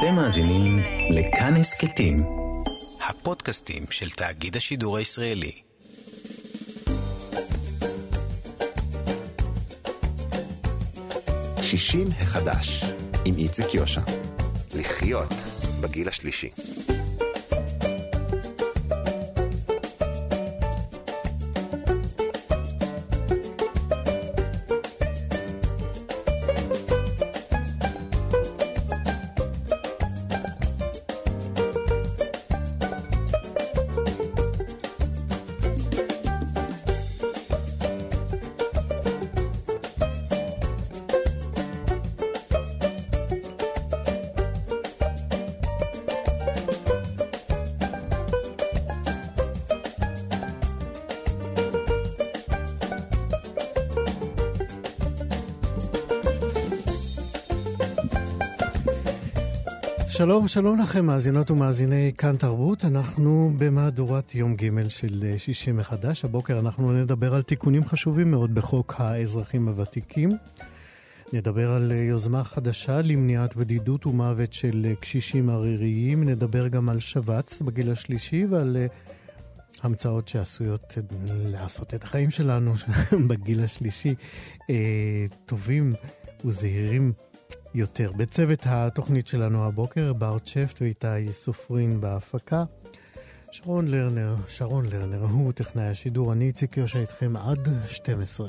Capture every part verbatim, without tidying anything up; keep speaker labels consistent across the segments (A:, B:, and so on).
A: אתם מאזינים לכאן הסכתים, הפודקאסטים של תאגיד השידור הישראלי.
B: שישים החדש, עם איציק יושע. לחיות בגיל השלישי.
C: שלום, שלום לכם מאזינות ומאזיני כאן תרבות. אנחנו במהדורת יום ג' של שישים מחדש. הבוקר אנחנו נדבר על תיקונים חשובים מאוד בחוק האזרחים הוותיקים. נדבר על יוזמה חדשה למניעת בדידות ומוות של קשישים עריריים. נדבר גם על שבץ בגיל השלישי ועל המצאות שעשויות לעשות את החיים שלנו בגיל השלישי טובים וזהירים יותר. בצוות התוכנית שלנו הבוקר, בר צ'פט ואיתי סופרין בהפקה. שרון לרנר, שרון לרנר, הוא טכנאי השידור. אני איציק יושע איתכם עד שתים עשרה.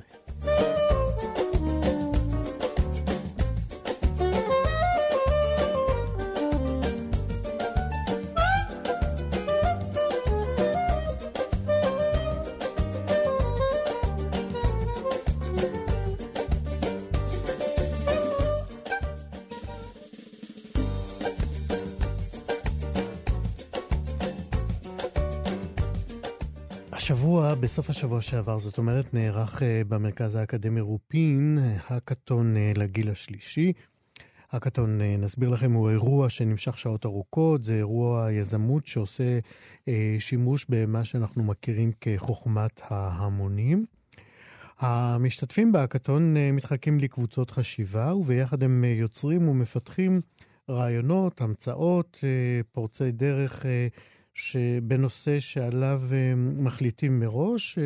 C: השבוע, בסוף השבוע שעבר, זאת אומרת, נערך במרכז האקדמי רופין, הקטון לגיל השלישי. הקטון, נסביר לכם, הוא אירוע שנמשך שעות ארוכות, זה אירוע יזמות שעושה שימוש במה שאנחנו מכירים כחוכמת ההמונים. המשתתפים בהקטון מתחלקים לקבוצות חשיבה, וביחד הם יוצרים ומפתחים רעיונות, המצאות, פורצי דרך שבנושא שעליו מחליטים מראש,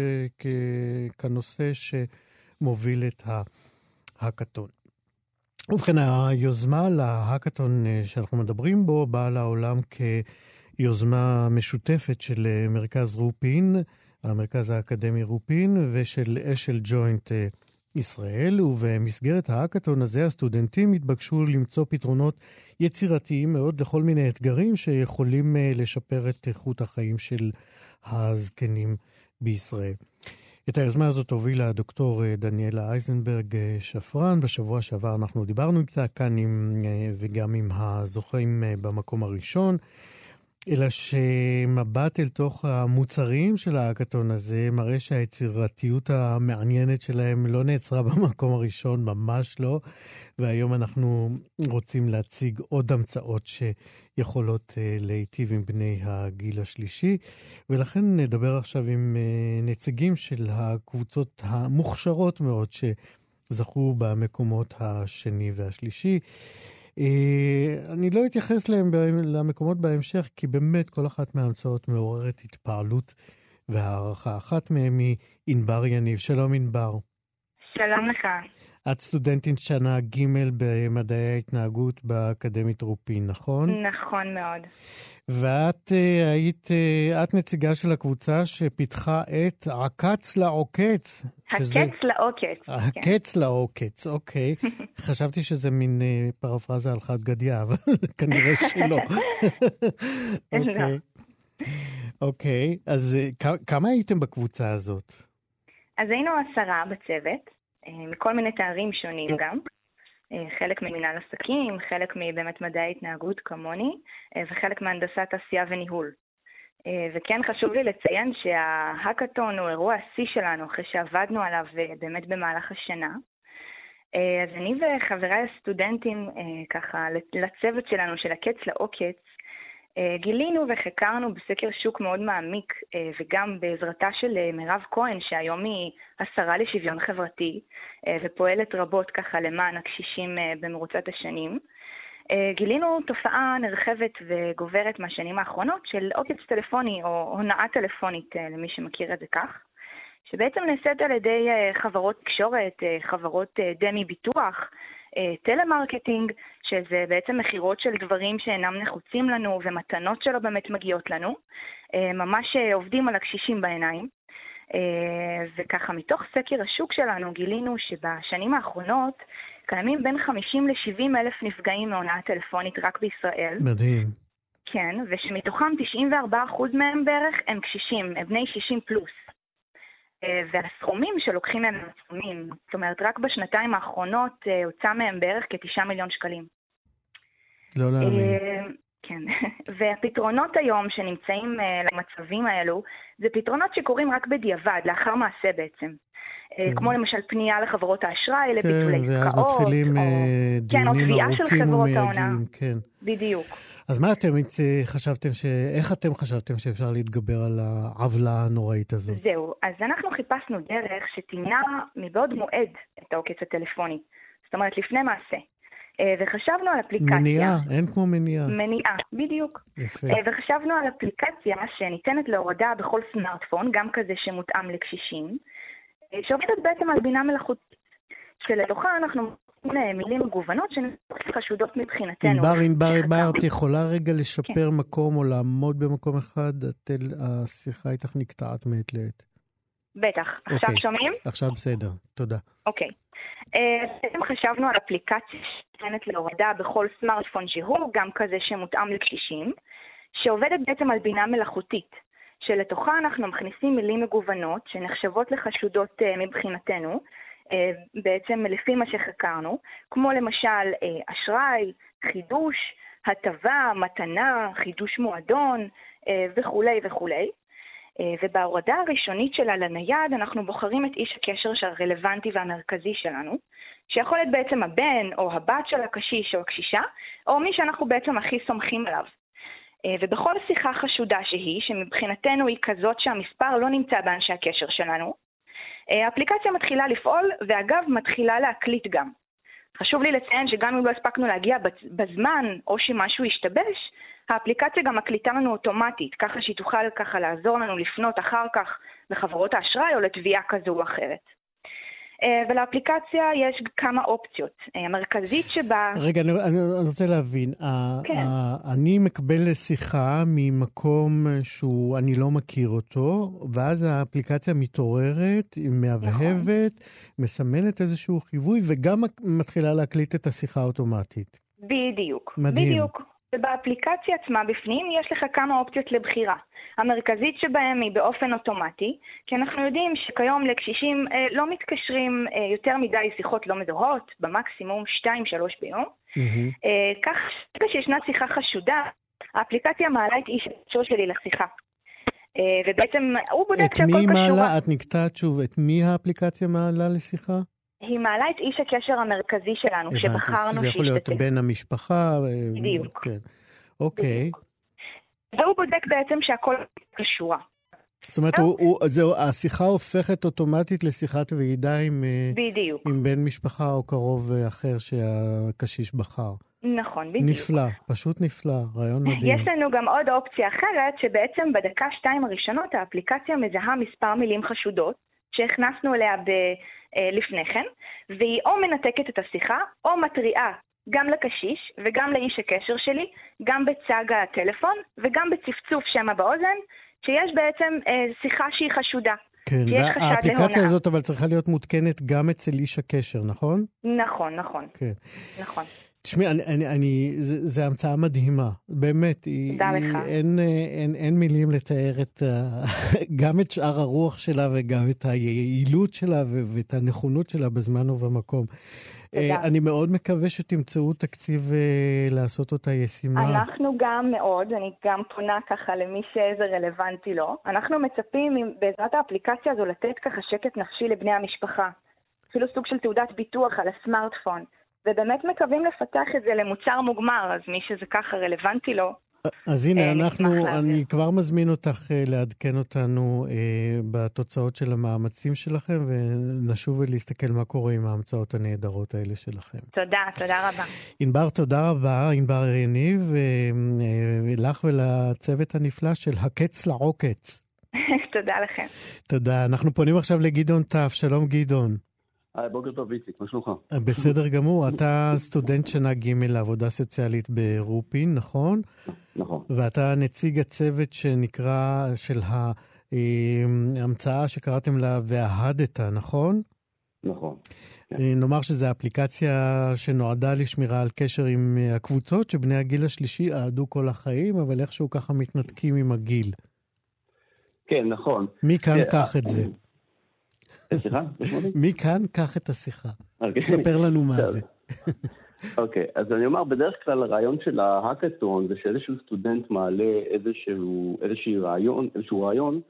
C: כנושא שמוביל את ההקטון. ובכן, היוזמה להקטון שאנחנו מדברים בו באה לעולם כיוזמה משותפת של מרכז רופין, המרכז האקדמי רופין, ושל אשל ג'וינט ישראל, ובמסגרת ההקטון הזה הסטודנטים התבקשו למצוא פתרונות יצירתיים מאוד לכל מיני אתגרים שיכולים לשפר את איכות החיים של הזקנים בישראל. את היוזמה הזאת הובילה הדוקטור דניאלה אייזנברג שפרן. בשבוע שעבר אנחנו דיברנו איתה כאן עם, וגם עם הזוכים במקום הראשון, אלא שמבט אל תוך המוצרים של ההקטון הזה מראה שהיצירתיות המעניינת שלהם לא נעצרה במקום הראשון, ממש לא. והיום אנחנו רוצים להציג עוד המצאות שיכולות להיטיב עם בני הגיל השלישי, ולכן נדבר עכשיו עם נציגים של הקבוצות המוכשרות מאוד שזכו במקומות השני והשלישי. אני לא אתייחס להם למקומות בהמשך, כי באמת כל אחת מההמצאות מעוררת התפעלות והערכה. אחת מהם היא ענבר יניב. שלום ענבר.
D: שלום לך.
C: את סטודנטית שנה ג' במדעי ההתנהגות באקדמית רופין, נכון?
D: נכון מאוד.
C: ואת היית, את נציגה של הקבוצה שפיתחה את עקץ לעוקץ.
D: שזה... הקץ לעוקץ.
C: הקץ כן. לעוקץ, אוקיי. חשבתי שזה מין פרפרזה על חד גדיה, אבל כנראה שלא. אוקיי. אוקיי, אז כמה הייתם בקבוצה הזאת?
D: אז היינו עשרה בצוות, מכל מיני תארים שונים גם. חלק ממנהל עסקים, חלק מבאמת מדעי התנהגות כמוני, וחלק מהנדסת עשייה וניהול. וכן חשוב לי לציין שההקטון הוא אירוע השיא שלנו, אחרי שעבדנו עליו באמת במהלך השנה. אז אני וחבריי הסטודנטים, ככה, לצוות שלנו של הקץ לעוקץ, גילינו וחקרנו בסקר שוק מאוד מעמיק, וגם בעזרתה של מירב כהן, שהיום היא השרה לשוויון חברתי, ופועלת רבות ככה למען הקשישים במרוצת השנים. גילינו תופעה נרחבת וגוברת מהשנים האחרונות של עוקץ טלפוני או הונאה טלפונית, למי שמכיר את זה כך, שבעצם נעשית על ידי חברות תקשורת, חברות דמי ביטוח, טלמרקטינג, שזה בעצם מחירות של דברים שאינם נחוצים לנו ומתנות שלא באמת מגיעות לנו, ממש עובדים על הקשישים בעיניים. וככה מתוך סקר השוק שלנו גילינו שבשנים האחרונות קיימים בין חמישים ל-שבעים אלף נפגעים מהונאה טלפונית רק בישראל.
C: מדהים.
D: כן, ושמתוכם תשעים וארבעה אחוז מהם בערך הם קשישים, הם בני שישים פלוס. והסכומים שלוקחים מהם עצומים, זאת אומרת רק בשנתיים האחרונות הוצא מהם בערך כתשעה מיליון שקלים.
C: לא להאמין.
D: כן, והפתרונות היום שנמצאים למצבים האלו, זה פתרונות שקורים רק בדיעבד, לאחר מעשה בעצם. כן. כמו למשל פנייה לחברות האשראי, לביטולי
C: כן,
D: עסקאות.
C: ואז מתחילים
D: או...
C: דיונים
D: כן,
C: ארוכים ומייגעים. כן.
D: בדיוק.
C: אז מה אתם חשבתם, ש... איך אתם חשבתם שאפשר להתגבר על העוולה הנוראית הזאת?
D: זהו, אז אנחנו חיפשנו דרך שתמנע מבעוד מועד את העוקץ הטלפוני. זאת אומרת, לפני מעשה. וחשבנו על אפליקציה.
C: מניעה, אין כמו מניעה.
D: מניעה, בדיוק.
C: יפה.
D: וחשבנו על אפליקציה שניתנת להורדה בכל סמארטפון, גם כזה שמותאם לקשישים, שעובדת בעצם על בינה מלאכותית, שלתוכה אנחנו מוצאים מילים מגוונות שחשודות מבחינתנו.
C: ענבר, ענבר, ענבר, את יכולה רגע לשפר מקום או לעמוד במקום אחד? השיחה איתך נקטעת מעת לעת.
D: בטח. עכשיו שומעים?
C: עכשיו בסדר, תודה.
D: אוקיי. בעצם חשבנו על אפליקציה שניתנת להורדה בכל סמארטפון שהוא, גם כזה שמותאם לקשישים, שעובדת בעצם על בינה מלאכותית, שלתוכה אנחנו מכניסים מילים מגוונות שנחשבות לחשודות מבחינתנו, בעצם לפי מה שחקרנו, כמו למשל אשראי, חידוש, הטבה, מתנה, חידוש מועדון וכולי וכולי. ובהורדה הראשונית שלה לנייד אנחנו בוחרים את איש הקשר הרלוונטי והמרכזי שלנו, שיכול להיות בעצם הבן או הבת של הקשיש או הקשישה, או מי שאנחנו בעצם הכי סומכים עליו. ובכל שיחה חשודה שהיא, שמבחינתנו היא כזאת שהמספר לא נמצא באנשי הקשר שלנו, האפליקציה מתחילה לפעול, ואגב מתחילה להקליט גם. חשוב לי לציין שגם אם לא הספקנו להגיע בזמן או שמשהו ישתבש, האפליקציה גם מקליטה לנו אוטומטית, ככה שהיא תוכל ככה לעזור לנו לפנות אחר כך לחברות האשראי או לתביעה כזו או אחרת. ולאפליקציה יש כמה אופציות. המרכזית שבה...
C: רגע, אני, אני רוצה להבין. כן. אני מקבל שיחה ממקום שהוא, אני לא מכיר אותו, ואז האפליקציה מתעוררת, היא מהבהבת, נכון. מסמנת איזשהו חיווי, וגם מתחילה להקליט את השיחה האוטומטית.
D: בדיוק.
C: מדהים.
D: בדיוק. ובאפליקציה עצמה בפנים יש לך כמה אופציות לבחירה. המרכזית שבהם היא באופן אוטומטי, כי אנחנו יודעים שכיום לקשישים אה, לא מתקשרים אה, יותר מדי שיחות לא מזוהות, במקסימום שתיים שלוש ביום. Mm-hmm. אה, כך כשישנה שיחה חשודה, האפליקציה מעלה את איש הקשר שלי לשיחה. אה, ובעצם הוא בודק שהכל קשור.
C: את מי מעלה? את נקטעת שוב. את מי האפליקציה מעלה לשיחה?
D: היא מעלה את איש הקשר המרכזי שלנו, שבחרנו
C: שישתתף. זה יכול להיות בן המשפחה.
D: בדיוק.
C: כן. אוקיי.
D: והוא בודק בעצם שהכל קשורה.
C: זאת אומרת, הוא, הוא, זהו, השיחה הופכת אוטומטית לשיחת ועידה עם,
D: בדיוק.
C: עם בן משפחה או קרוב אחר שהקשיש בחר.
D: נכון, בדיוק.
C: נפלא, פשוט נפלא, רעיון מדהים.
D: יש לנו גם עוד אופציה אחרת, שבעצם בדקה שתיים הראשונות האפליקציה מזהה מספר מילים חשודות, שהכנסנו אליה ב... לפני כן, והיא או מנתקת את השיחה, או מטריעה גם לקשיש וגם לאיש הקשר שלי, גם בצג הטלפון וגם בצפצוף שמה באוזן, שיש בעצם אה, שיחה שהיא חשודה.
C: כן, והאפליקציה הזאת אבל צריכה להיות מותקנת גם אצל איש הקשר, נכון?
D: נכון, נכון.
C: כן.
D: נכון.
C: תשמעי, אני, אני, אני, זה, זה המצאה מדהימה, באמת.
D: תודה
C: היא,
D: לך.
C: אין, אין, אין מילים לתאר את, גם את שאר הרוח שלה וגם את היעילות שלה ואת הנכונות שלה בזמן ובמקום. תודה. אני מאוד מקווה שתמצאו תקציב לעשות אותה ישימה.
D: אנחנו גם מאוד, אני גם פונה ככה למי שזה רלוונטי לו. אנחנו מצפים בעזרת האפליקציה הזו לתת ככה שקט נפשי לבני המשפחה. אפילו סוג של תעודת ביטוח על הסמארטפון. ובאמת מקווים לפתח את זה למוצר מוגמר, אז מי שזה ככה רלוונטי לו.
C: אז הנה, אנחנו, אני כבר מזמין אותך לעדכן אותנו בתוצאות של המאמצים שלכם, ונשוב ולהסתכל מה קורה עם ההמצאות הנהדרות האלה שלכם.
D: תודה, תודה רבה.
C: ענבר, תודה רבה, ענבר יניב, לך ולצוות הנפלא של הקץ לעוקץ.
D: תודה לכם.
C: תודה. אנחנו פונים עכשיו לגדעון טף. שלום גדעון.
E: היי, בוקר טוב איציק, מה שלומך?
C: בסדר גמור. אתה סטודנט שנה ג' לעבודה סוציאלית ברופין, נכון?
E: נכון.
C: ואתה נציג הצוות שנקרא, של ההמצאה שקראתם לה וההדת, נכון?
E: נכון.
C: נאמר שזו אפליקציה שנועדה לשמירה על קשר עם הקבוצות, שבני הגיל השלישי אהדו כל החיים, אבל איכשהו ככה מתנתקים עם הגיל.
E: כן, נכון.
C: מי כאן קח את זה?
E: סליחה?
C: מי כאן קח את השיחה? ספר לנו מה זה.
E: אוקיי, אז אני אומר, בדרך כלל הרעיון של ההאקתון זה שאיזשהו סטודנט מעלה איזשהו, איזשהו רעיון, איזשהו רעיון,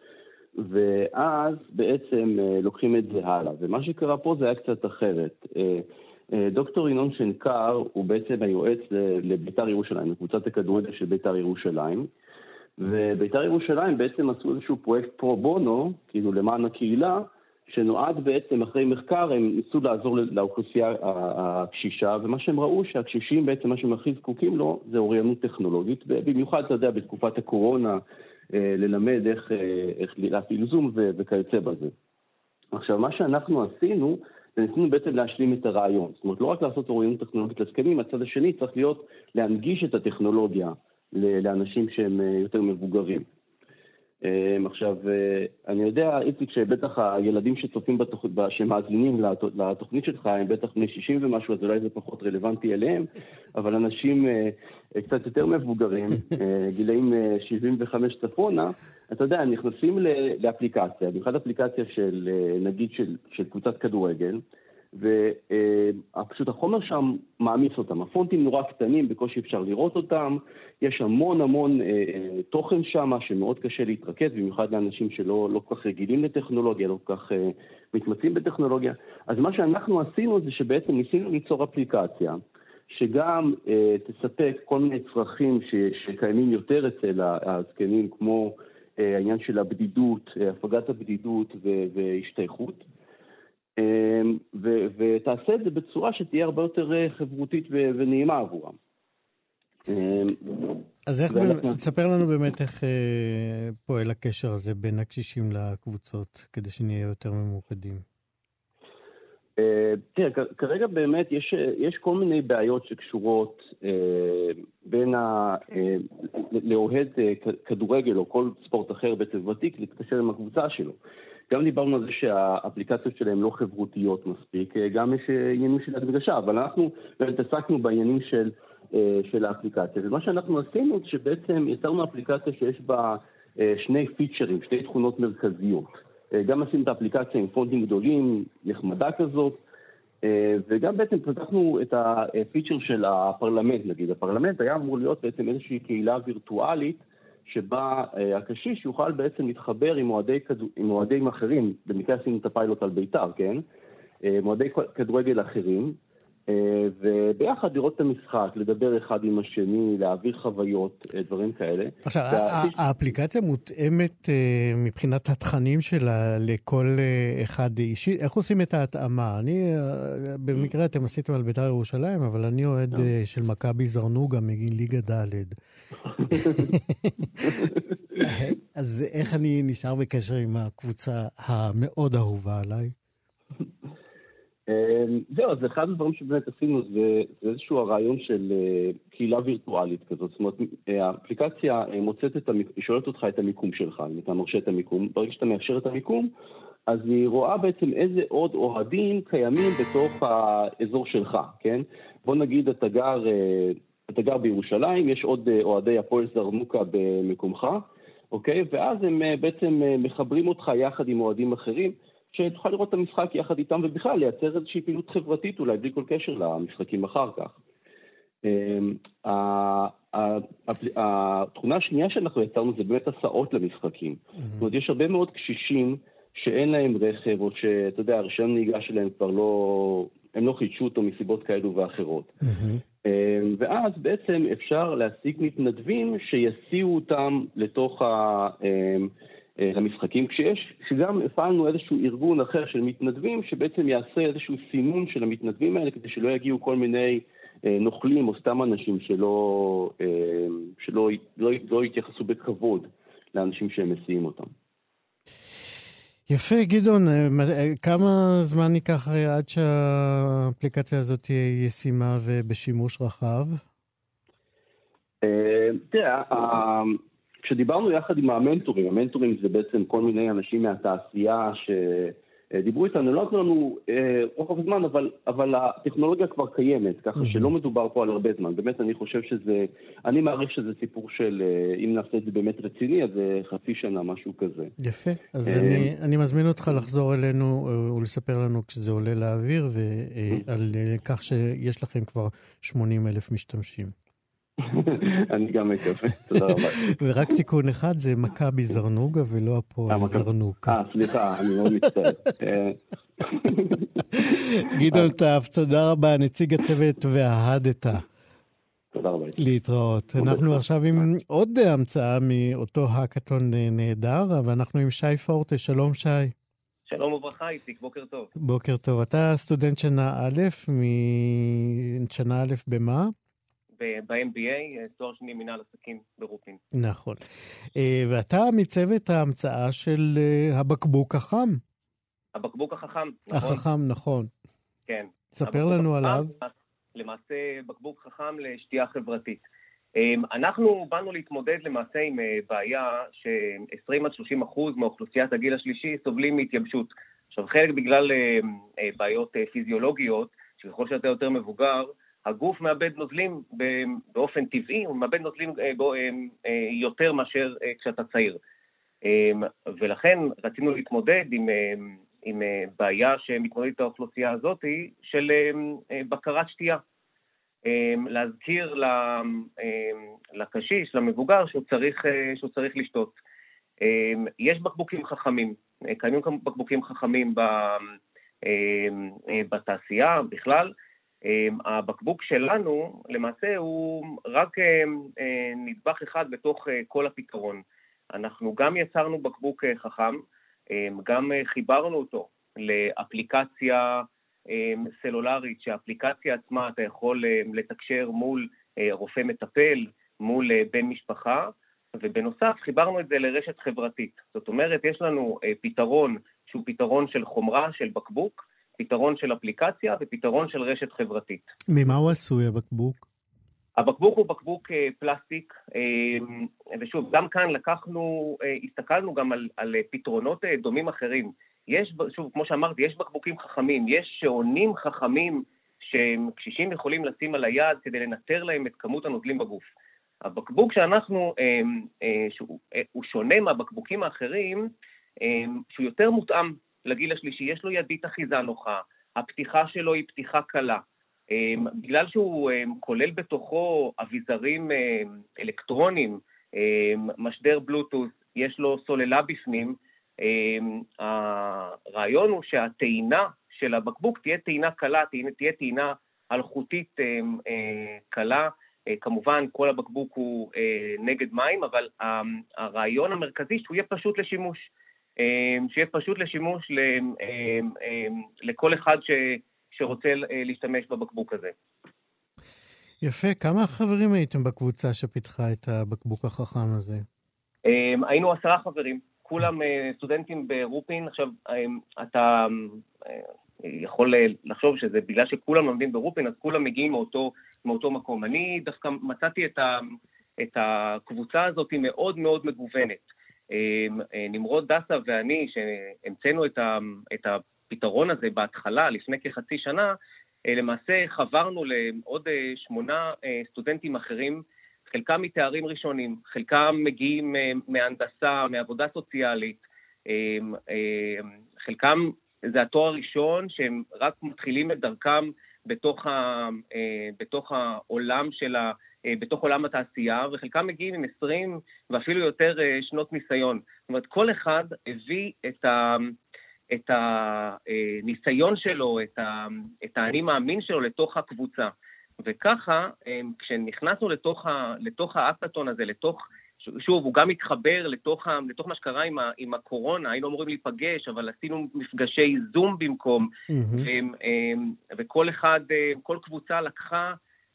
E: ואז בעצם לוקחים את זה הלאה. ומה שקרה פה זה היה קצת אחרת. דוקטור ינון שנקר הוא בעצם היועץ לביתר ירושלים, לקבוצת הכדורגל של ביתר ירושלים, וביתר ירושלים בעצם עשו איזשהו פרויקט פרו בונו, כאילו למען הקהילה, שנועד בעצם אחרי מחקר, הם ניסו לעזור לאוכלוסייה הקשישה, ומה שהם ראו שהקשישים בעצם מה שהם הכי זקוקים לו זה אוריינות טכנולוגית, במיוחד אתה יודע בתקופת הקורונה ללמד איך, איך להפעיל זום וכיוצא בזה. עכשיו מה שאנחנו עשינו, זה ניסינו בעצם להשלים את הרעיון, זאת אומרת לא רק לעשות אוריינות טכנולוגית לזקנים, הצד השני צריך להיות להנגיש את הטכנולוגיה לאנשים שהם יותר מבוגרים. עכשיו, אני יודע, איציק, שבטח הילדים שצופים בתוכנית, שמאזינים לתוכנית שלך, הם בטח בני שישים ומשהו, אז אולי זה פחות רלוונטי אליהם, אבל אנשים קצת יותר מבוגרים, גילאים שבעים וחמש צפונה, אתה יודע, הם נכנסים לאפליקציה, במיוחד אפליקציה של, נגיד, של, של קבוצת כדורגל, ופשוט החומר שם מעמיס אותם. הפונטים נורא קטנים, בקושי אפשר לראות אותם. יש המון המון אה, תוכן שם שמאוד קשה להתרכז, במיוחד לאנשים שלא לא כל כך רגילים לטכנולוגיה, לא כל כך אה, מתמצאים בטכנולוגיה. אז מה שאנחנו עשינו זה שבעצם ניסינו ליצור אפליקציה, שגם אה, תספק כל מיני צרכים ש, שקיימים יותר אצל הזקנים, כמו אה, העניין של הבדידות, הפגת הבדידות ו- והשתייכות. ו- ותעשה את זה בצורה שתהיה הרבה יותר חברותית ו- ונעימה עבורם.
C: אז איך, ואנחנו... תספר לנו באמת איך אה, פועל הקשר הזה בין הקשישים לקבוצות, כדי שנהיה יותר ממוקדים.
E: אה, תראה, כ- כרגע באמת יש, יש כל מיני בעיות שקשורות אה, בין ה... אה, לאוהד אה, כדורגל או כל ספורט אחר בעצם ותיק, להתקשר עם הקבוצה שלו. גם דיברנו על זה שהאפליקציות שלהם לא חברותיות מספיק, גם יש עניינים של הדגשה, אבל אנחנו התעסקנו בעניינים של, של האפליקציה. ומה שאנחנו עשינו זה שבעצם יצרנו אפליקציה שיש בה שני פיצ'רים, שתי תכונות מרכזיות. גם עשינו את האפליקציה עם פונטים גדולים, נחמדה כזאת, וגם בעצם פתחנו את הפיצ'ר של הפרלמנט, נגיד. הפרלמנט היה אמור להיות בעצם איזושהי קהילה וירטואלית, שבה הקשיש יוכל בעצם להתחבר עם מועדי, עם מועדים אחרים, במקרה עשינו את הפיילוט על ביתר, כן? מועדי כדורגל אחרים, וביחד לראות את המשחק, לדבר אחד עם השני, להעביר חוויות, דברים כאלה.
C: עכשיו, האפליקציה מותאמת מבחינת התכנים שלה לכל אחד אישי. איך עושים את ההתאמה? אני, במקרה אתם עשיתם על ביתר ירושלים, אבל אני אוהד של מכבי זרנוגה מליגה ד'. אז איך אני נשאר בקשר עם הקבוצה המאוד אהובה עליי?
E: זהו, אז אחד הדברים שבאמת עשינו זה איזשהו הרעיון של קהילה וירטואלית כזאת. זאת אומרת, האפליקציה מוצאת את המיקום, היא שואלת אותך את המיקום שלך, אם אתה מרשה את המיקום. ברגע שאתה מאפשר את המיקום, אז היא רואה בעצם איזה עוד אוהדים קיימים בתוך האזור שלך, כן? בוא נגיד, אתה גר, אתה גר בירושלים, יש עוד אוהדי הפועל זרנוקה במקומך, אוקיי? ואז הם בעצם מחברים אותך יחד עם אוהדים אחרים, שתוכל לראות את המשחק יחד איתם, ובכלל לייצר איזושהי פעילות חברתית, אולי בלי כל קשר למשחקים אחר כך. התכונה השנייה שאנחנו יצרנו זה באמת הסעות למשחקים. זאת אומרת, יש הרבה מאוד קשישים שאין להם רכב, או שאתה יודע, הרישיון נהיגה שלהם כבר לא, הם לא חידשו אותו מסיבות כאלו ואחרות. Mm-hmm. ואז בעצם אפשר להשיג מתנדבים שיסיעו אותם לתוך ה... למשחקים, כשיש, שגם הפעלנו איזשהו ארגון אחר של מתנדבים, שבעצם יעשה איזשהו סינון של המתנדבים האלה, כדי שלא יגיעו כל מיני נוכלים או סתם אנשים שלא, שלא לא, לא יתייחסו בכבוד לאנשים שהם מסיעים אותם.
C: יפה, גדעון, כמה זמן ייקח עד שהאפליקציה הזאת תהיה ישימה ובשימוש רחב?
E: תראה, כשדיברנו יחד עם המנטורים, המנטורים זה בעצם כל מיני אנשים מהתעשייה שדיברו איתנו, לא נתנו לנו רוחב זמן, אבל, אבל הטכנולוגיה כבר קיימת, ככה שלא מדובר פה על הרבה זמן. באמת אני חושב שזה, אני מעריך שזה סיפור של, אם נעשה את זה באמת רציני, אז זה חצי שנה, משהו כזה.
C: יפה, אז אני, אני מזמין אותך לחזור אלינו ולספר לנו כשזה עולה לאוויר, ועל כך שיש לכם כבר שמונים אלף משתמשים.
E: אני גם מקווה, תודה רבה.
C: ורק תיקון אחד, זה מכבי זרנוגה ולא הפועל זרנוקה.
E: אה, סליחה, אני לא מצטער.
C: גדעון טף, תודה רבה, נציג הצוות וההדתה.
E: תודה רבה.
C: להתראות. אנחנו עכשיו עם עוד המצאה מאותו האקתון נהדר, ואנחנו עם שי פורטה. שלום שי.
F: שלום וברכה, איציק, בוקר טוב.
C: בוקר טוב. אתה סטודנט שנה א', משנה א' במה?
F: ב-אם בי איי, תואר שני מנהל עסקים ברופין.
C: נכון. ואתה מצוות ההמצאה של הבקבוק החכם.
F: הבקבוק החכם, נכון?
C: החכם, נכון.
F: כן.
C: ספר לנו עליו.
F: למעשה בקבוק חכם לשתייה חברתית. אנחנו באנו להתמודד למעשה עם בעיה ש-עשרים עד שלושים אחוז מאוכלוסיית הגיל השלישי סובלים מהתייבשות. עכשיו, חלק בגלל בעיות פיזיולוגיות, שככל שאתה יותר מבוגר, הגוף מאבד נוזלים באופן טבעי, הוא מאבד נוזלים יותר מאשר כשאתה צעיר. ולכן רצינו להתמודד עם, עם בעיה שמתמודדת את האוכלוסייה הזאת של בקרת שתייה. להזכיר לקשיש, למבוגר, שהוא צריך, שהוא צריך לשתות. יש בקבוקים חכמים, קיימים בקבוקים חכמים בתעשייה בכלל, הבקבוק שלנו למעשה הוא רק נדבך אחד בתוך כל הפתרון. אנחנו גם יצרנו בקבוק חכם, גם חיברנו אותו לאפליקציה סלולרית, שהאפליקציה עצמה אתה יכול לתקשר מול רופא מטפל, מול בן משפחה, ובנוסף חיברנו את זה לרשת חברתית. זאת אומרת, יש לנו פתרון שהוא פתרון של חומרה, של בקבוק, פתרון של אפליקציה ופתרון של רשת חברתית.
C: ממה הוא עשוי הבקבוק?
F: הבקבוק הוא בקבוק פלסטיק, ושוב, גם כאן לקחנו, הסתכלנו גם על, על פתרונות דומים אחרים. יש, שוב, כמו שאמרתי, יש בקבוקים חכמים, יש שעונים חכמים שקשישים יכולים לשים על היד כדי לנטר להם את כמות הנוזלים בגוף. הבקבוק שאנחנו, שהוא, הוא שונה מהבקבוקים האחרים, שהוא יותר מותאם לגיל השלישי, יש לו ידית אחיזה נוחה, הפתיחה שלו היא פתיחה קלה, בגלל שהוא כולל בתוכו אביזרים אלקטרוניים, משדר בלוטוס, יש לו סוללה בפנים, הרעיון הוא שהטעינה של הבקבוק תהיה טעינה קלה, תהיה טעינה אלחוטית קלה, כמובן כל הבקבוק הוא נגד מים, אבל הרעיון המרכזי שהוא יהיה פשוט לשימוש, שיהיה פשוט לשימוש לכל אחד ש, שרוצה להשתמש בבקבוק הזה.
C: יפה, כמה חברים הייתם בקבוצה שפיתחה את הבקבוק החכם הזה?
F: היינו עשרה חברים, כולם סטודנטים ברופין. עכשיו, אתה יכול לחשוב שזה בגלל שכולם לומדים ברופין, אז כולם מגיעים מאותו, מאותו מקום. אני דווקא מצאתי את, ה, את הקבוצה הזאת מאוד מאוד מגוונת. נמרוד דסה ואני, שהמצאנו את, ה, את הפתרון הזה בהתחלה, לפני כחצי שנה, למעשה חברנו לעוד שמונה סטודנטים אחרים, חלקם מתארים ראשונים, חלקם מגיעים מהנדסה, מעבודה סוציאלית, חלקם זה התואר הראשון שהם רק מתחילים את דרכם בתוך, ה, בתוך העולם של ה, בתוך עולם התעשייה, וחלקם מגיעים עם עשרים ואפילו יותר שנות ניסיון. זאת אומרת, כל אחד הביא את, ה, את הניסיון שלו, את, ה, את האני מאמין שלו לתוך הקבוצה. וככה, כשנכנסנו לתוך, ה, לתוך האקטון הזה, לתוך, שוב, הוא גם מתחבר לתוך, ה, לתוך מה שקרה עם, ה, עם הקורונה, היינו אמורים להיפגש, אבל עשינו מפגשי זום במקום, mm-hmm. ו, וכל אחד, כל קבוצה לקחה,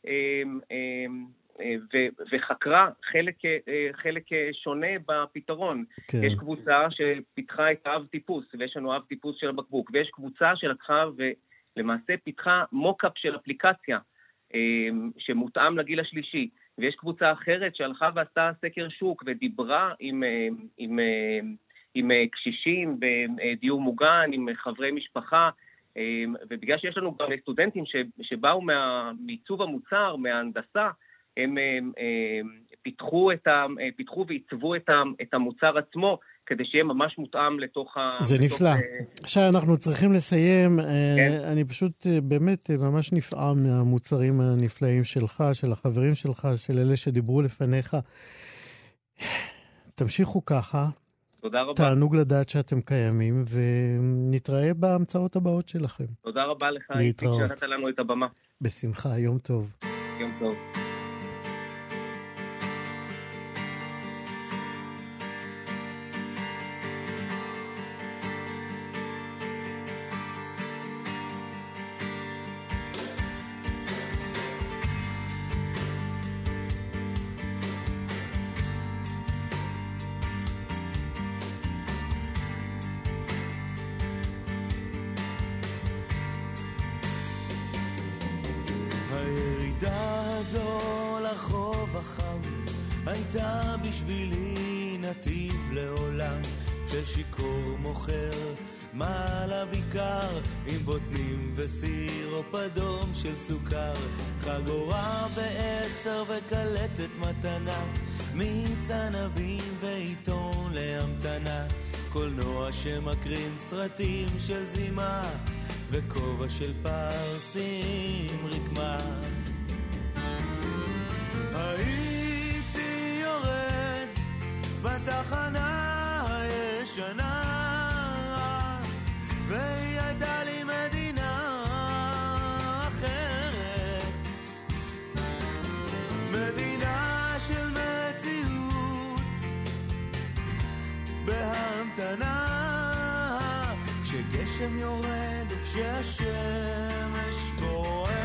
F: ו- וחקרה חלק, חלק שונה בפתרון. כן. יש קבוצה שפיתחה את האב טיפוס, ויש לנו אב טיפוס של הבקבוק, ויש קבוצה שלקחה ולמעשה פיתחה מוקאפ של אפליקציה, שמותאם לגיל השלישי, ויש קבוצה אחרת שהלכה ועשתה סקר שוק, ודיברה עם, עם, עם קשישים בדיור מוגן, עם חברי משפחה, ובגלל שיש לנו גם סטודנטים שבאו מעיצוב המוצר, מההנדסה, הם, הם, הם פיתחו, את ה, פיתחו ועיצבו את, ה, את המוצר עצמו, כדי שיהיה ממש מותאם לתוך ה...
C: זה
F: לתוך
C: נפלא. עכשיו אנחנו צריכים לסיים. כן. אני פשוט באמת ממש נפעם מהמוצרים הנפלאים שלך, של החברים שלך, של אלה שדיברו לפניך. תמשיכו ככה.
F: תודה רבה.
C: תענוג לדעת שאתם קיימים, ונתראה בהמצאות הבאות שלכם.
F: תודה רבה לך,
C: להתראות.
F: איציק, שנתת לנו את הבמה.
C: בשמחה, יום טוב.
F: יום טוב.
G: הייתה בשבילי נתיב לעולם של שיקור מוכר מעלה ביקר עם בוטנים וסירופ אדום של סוכר, חגורה בעשר וקלטת מתנה, מיץ ענבים ועיתון להמתנה, קולנוע שמקרין סרטים של זימה וכובע של פרסים רקמה. הייתי יורד בתחנה הישנה והיא הייתה לי מדינה אחרת, מדינה של מציאות בהמתנה, כשגשם יורד וכשהשמש בוערת.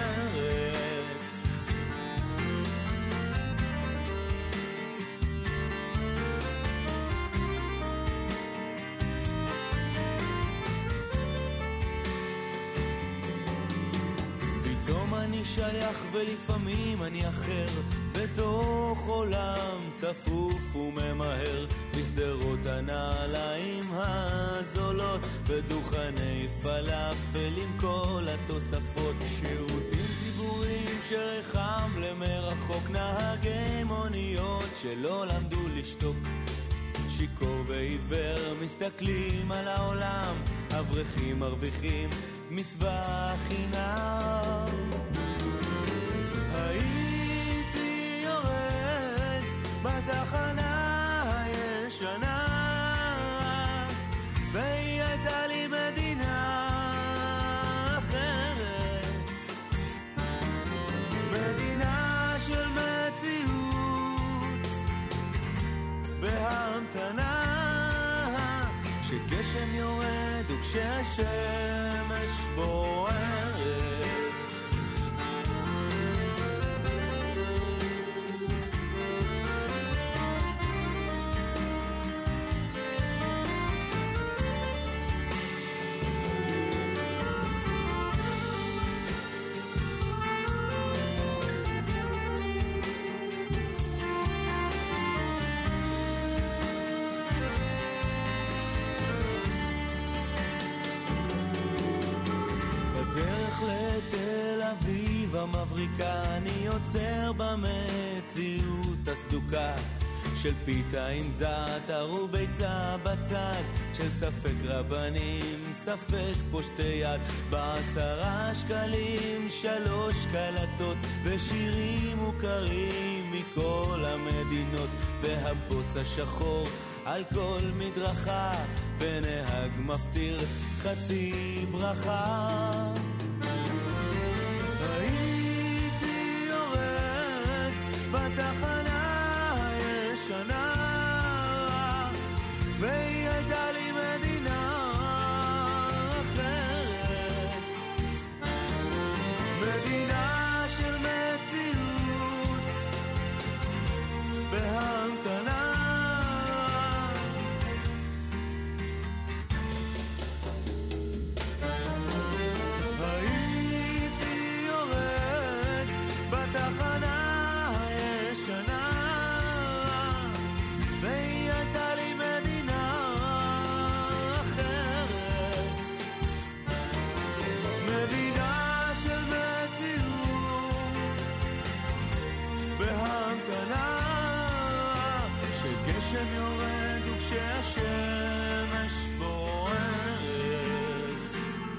G: אני שייך ולפעמים אני אחר, בתוך עולם צפוף וממהר, בסדרות הנעליים הזולות, בדוכני פלאפל עם כל התוספות, שירותים ציבוריים שרחם למרחוק, נהגי מוניות שלא למדו לשתוק, שיקור ועיוור מסתכלים על העולם, אברכים מרוויחים מצווה חינם. הייתי יורד בתחנה הישנה והיא הייתה לי מדינה אחרת, מדינה של מציאות בהמתנה, כשגשם יורד וכשהשמש בוערת. המבריקה אני יוצר במציאות הסדוקה של פיתה עם זעתר וביצה בצד, של ספק רבנים, ספק פושטי יד, בעשרה שקלים שלוש קלטות ושירים מוכרים מכל המדינות, והבוץ השחור על כל מדרכה, ונהג מפטיר חצי ברכה. הייתי יורד בתחנה הישנה, והיא הייתה לי מדינה אחרת, מדינה של מציאות בהמתנה. הייתי יורד בתחנה הישנה, והיא הייתה לי מדינה אחרת, מדינה של מציאות בהמתנה, שגשם יורד וכשהשמש בוערת.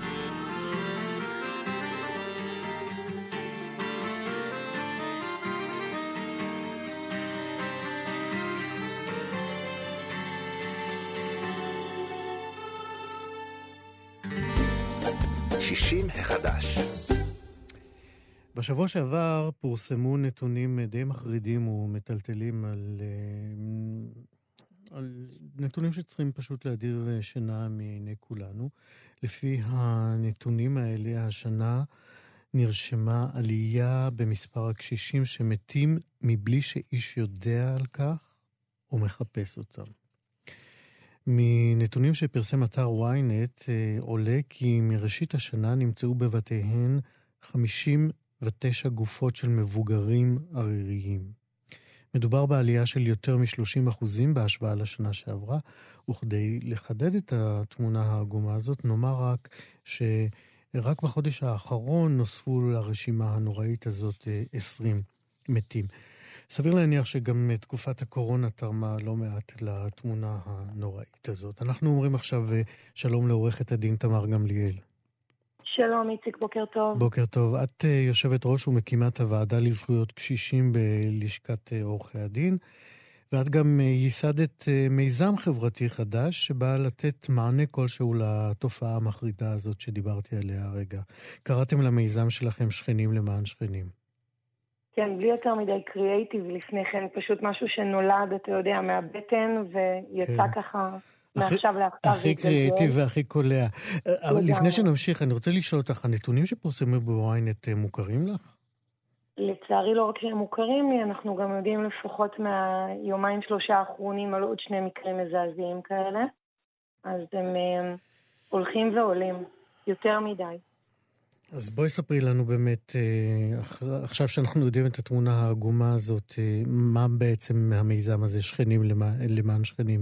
B: שישים החדש.
C: בשבוע שעבר פורסמו נתונים די מחרידים ומטלטלים על, על נתונים שצריכים פשוט להדיר שינה מעיני כולנו. לפי הנתונים האלה, השנה נרשמה עלייה במספר הקשישים שמתים מבלי שאיש יודע על כך או מחפש אותם. מנתונים שפרסם אתר ynet עולה כי מראשית השנה נמצאו בבתיהן חמישים ותשע גופות של מבוגרים עריריים. מדובר בעלייה של יותר מ-שלושים אחוזים בהשוואה לשנה שעברה, וכדי לחדד את התמונה העגומה הזאת, נאמר רק שרק בחודש האחרון נוספו לרשימה הנוראית הזאת עשרים מתים. סביר להניח שגם תקופת הקורונה תרמה לא מעט לתמונה הנוראית הזאת. אנחנו אומרים עכשיו שלום לעורכת הדין תמר גמליאל.
H: שלום איציק, בוקר טוב.
C: בוקר טוב. את יושבת ראש ומקימת הוועדה לזכויות קשישים בלשכת עורכי הדין, ואת גם ייסדת מיזם חברתי חדש שבא לתת מענה כלשהו לתופעה המחרידה הזאת שדיברתי עליה הרגע. קראתם למיזם שלכם שכנים למען שכנים.
H: כן, בלי יותר מדי קריאייטיב לפני כן, פשוט משהו שנולד, אתה יודע, מהבטן, ויצא כן. ככה מעכשיו לעכשיו.
C: הכי קריאייטיב והכי קולע. אבל לפני שנמשיך, אני רוצה לשאול אותך, הנתונים שפורסמו ב-ynet מוכרים לך?
H: לצערי לא רק שהם מוכרים לי, אנחנו גם יודעים לפחות מהיומיים שלושה האחרונים על עוד שני מקרים מזעזעים כאלה. אז הם, הם הולכים ועולים יותר מדי.
C: אז בואי ספרי לנו באמת, עכשיו שאנחנו יודעים את התמונה העגומה הזאת, מה בעצם המיזם הזה, שכנים למען שכנים,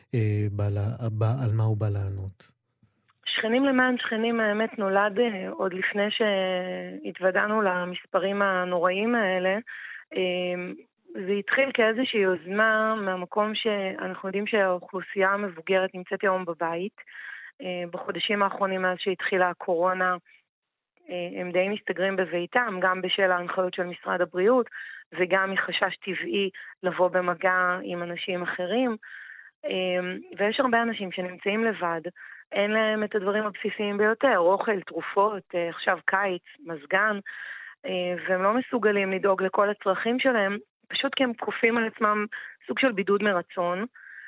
C: על מה הוא בא לענות?
H: שכנים למען שכנים האמת נולד עוד לפני שהתוודענו למספרים הנוראים האלה. זה התחיל כאיזושהי יוזמה מהמקום שאנחנו יודעים שהאוכלוסייה המבוגרת נמצאת היום בבית. בחודשים האחרונים מאז שהתחילה הקורונה, הם די מסתגרים בביתם, גם בשל ההנחיות של משרד הבריאות, וגם מחשש טבעי לבוא במגע עם אנשים אחרים. ויש הרבה אנשים שנמצאים לבד, אין להם את הדברים הבסיסיים ביותר, אוכל, תרופות, עכשיו קיץ, מזגן, והם לא מסוגלים לדאוג לכל הצרכים שלהם, פשוט כי הם כופים על עצמם סוג של בידוד מרצון,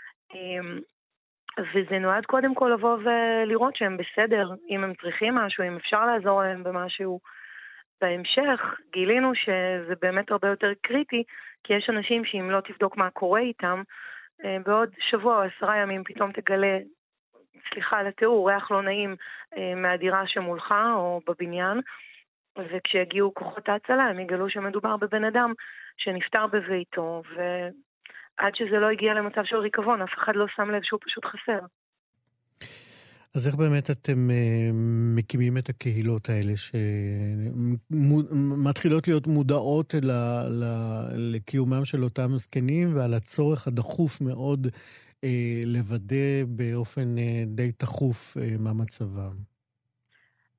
H: וזה נועד קודם כל לבוא ולראות שהם בסדר, אם הם צריכים משהו, אם אפשר לעזור להם במשהו. בהמשך גילינו שזה באמת הרבה יותר קריטי, כי יש אנשים שאם לא תבדוק מה קורה איתם, בעוד שבוע או עשרה ימים פתאום תגלה, סליחה לתיאור, ריח לא נעים מהדירה שמולך או בבניין, וכשהגיעו כוחות ההצלה הם יגלו שמדובר בבן אדם שנפטר בביתו, ועד שזה לא הגיע למצב של ריקבון, אף אחד לא שם לב שהוא פשוט חסר.
C: אז איך באמת אתם מקימים את הקהילות האלה שמתחילות להיות מודעות לקיומם של אותם זקנים ועל הצורך הדחוף מאוד לוודא באופן די תחוף מה מצבם?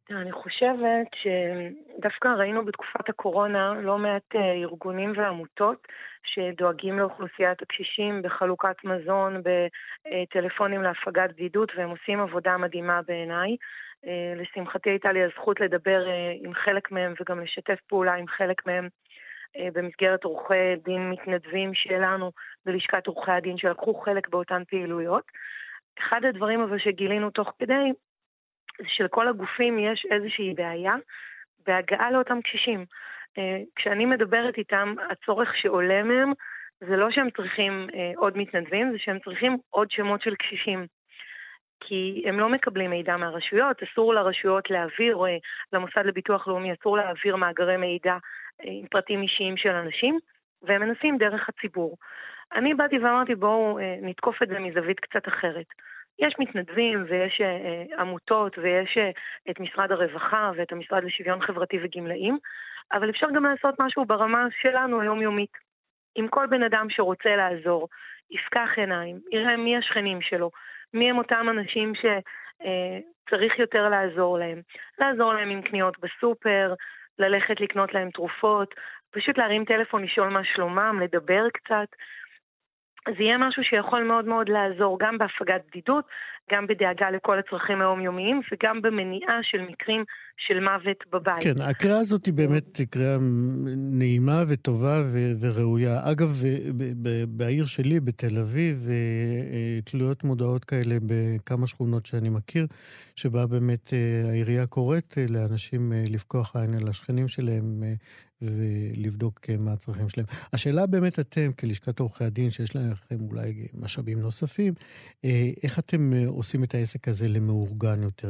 H: אני חושבת שדווקא ראינו בתקופת הקורונה לא מעט ארגונים ועמותות שדואגים לאוכלוסיית הקשישים בחלוקת מזון, בטלפונים להפגת בדידות, והם עושים עבודה מדהימה בעיניי. לשמחתי הייתה לי הזכות לדבר עם חלק מהם וגם לשתף פעולה עם חלק מהם במסגרת עורכי דין מתנדבים שלנו בלשכת עורכי הדין שלקחו חלק באותן פעילויות. אחד הדברים אבל שגילינו תוך כדי זה שלכל הגופים יש איזושהי בעיה בהגעה לאותם קשישים. כשאני מדברת איתם, הצורך שעולה מהם זה לא שהם צריכים עוד מתנדבים, זה שהם צריכים עוד שמות של קשישים. כי הם לא מקבלים מידע מהרשויות, אסור לרשויות להעביר, או למוסד לביטוח לאומי אסור להעביר מאגרי מידע עם פרטים אישיים של אנשים, והם מנסים דרך הציבור. אני באתי ואמרתי, בואו נתקוף את זה מזווית קצת אחרת. יש מתנדבים ויש עמותות ויש את משרד הרווחה ואת המשרד לשוויון חברתי וגמלאים, אבל אפשר גם לעשות משהו ברמה שלנו היומיומית. עם כל בן אדם שרוצה לעזור, יפקח עיניים, יראה מי השכנים שלו, מי הם אותם אנשים שצריך יותר לעזור להם. לעזור להם עם קניות בסופר, ללכת לקנות להם תרופות, פשוט להרים טלפון, לשאול מה שלומם, לדבר קצת. זה יהיה משהו שיכול מאוד מאוד לעזור גם בהפגת בדידות, גם בדאגה לכל הצרכים היומיומיים, וגם במניעה של מקרים של מוות בבית.
C: כן, הקריאה הזאת היא באמת קריאה נעימה וטובה ו- וראויה. אגב, בעיר שלי, בתל אביב, תלויות מודעות כאלה בכמה שכונות שאני מכיר, שבה באמת העירייה קוראת לאנשים לפקוח עין על השכנים שלהם, ולבדוק מה הצרכים שלהם. השאלה באמת אתם, כלשכת עורכי הדין, שיש לכם אולי משאבים נוספים, איך אתם עושים את העסק הזה למאורגן יותר,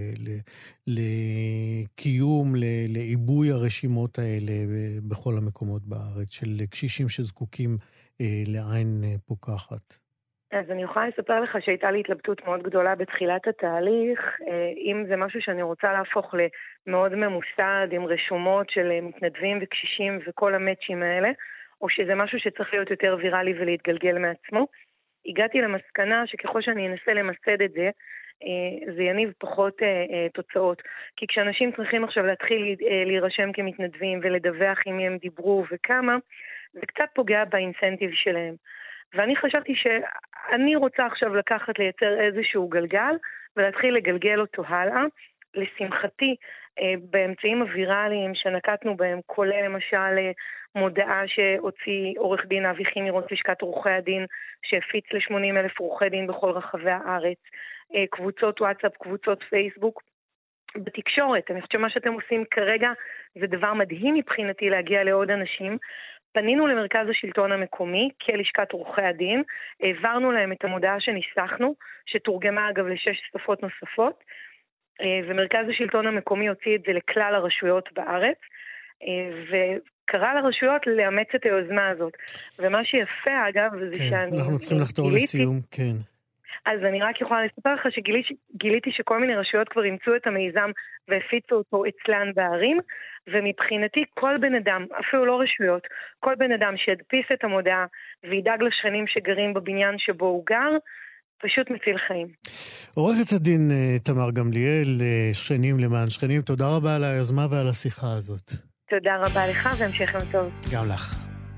C: לקיום, לעיבוי הרשימות האלה בכל המקומות בארץ, של קשישים שזקוקים לעין פוקחת?
H: אז אני יכולה לספר לך שהייתה לי התלבטות מאוד גדולה בתחילת התהליך, אם זה משהו שאני רוצה להפוך למאוד ממוסד, עם רשומות של מתנדבים וקשישים וכל המאצ'ים האלה, או שזה משהו שצריך להיות יותר ויראלי ולהתגלגל מעצמו. הגעתי למסקנה שככל שאני אנסה למסד את זה, זה יניב פחות תוצאות. כי כשאנשים צריכים עכשיו להתחיל להירשם כמתנדבים ולדווח עם מי הם דיברו וכמה, זה קצת פוגע באינסנטיב שלהם. ואני חשבתי שאני רוצה עכשיו לקחת לייצר איזשהו גלגל, ולהתחיל לגלגל אותו הלאה. לשמחתי, באמצעים הוויראליים שנקטנו בהם, כולל למשל מודעה שהוציא עורך דין אבי חימירוס, לשכת עורכי הדין, שהפיץ ל-שמונים אלף עורכי דין בכל רחבי הארץ, קבוצות וואטסאפ, קבוצות פייסבוק, בתקשורת. אני חושבת שמה שאתם עושים כרגע זה דבר מדהים מבחינתי להגיע לעוד אנשים. פנינו למרכז השלטון המקומי כלשכת עורכי הדין, העברנו להם את המודעה שניסחנו, שתורגמה אגב לשש שפות נוספות, ומרכז השלטון המקומי הוציא את זה לכלל הרשויות בארץ, וקרא לרשויות לאמץ את היוזמה הזאת. ומה שיפה אגב, זה
C: כן,
H: שאני...
C: אנחנו צריכים לחתור גיליתי, לסיום, כן.
H: אז אני רק יכולה לספר לך שגיליתי שכל מיני רשויות כבר אימצו את המיזם והפיצו אותו אצלן בערים, ומבחינתי כל בן אדם, אפילו לא רשויות, כל בן אדם שידפיס את המודעה וידאג לשכנים שגרים בבניין שבו הוא גר, פשוט מציל חיים.
C: עורכת הדין תמר גמליאל, שכנים למען שכנים, תודה רבה על היוזמה ועל השיחה הזאת.
H: תודה רבה לך והמשך יום טוב.
C: גם לך.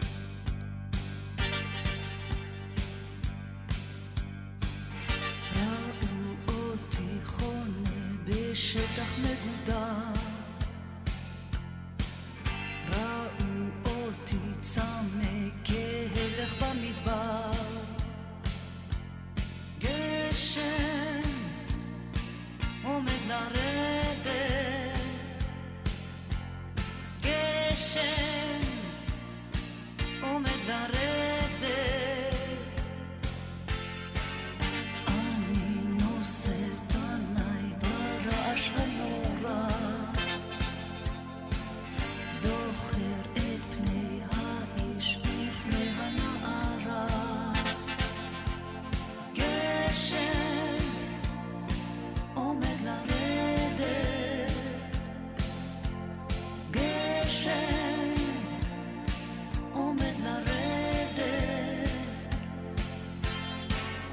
I: שטח מגודר, ראו אותי צמא כהלך במדבר, גשם עומד לרדת, גשם עומד לרדת,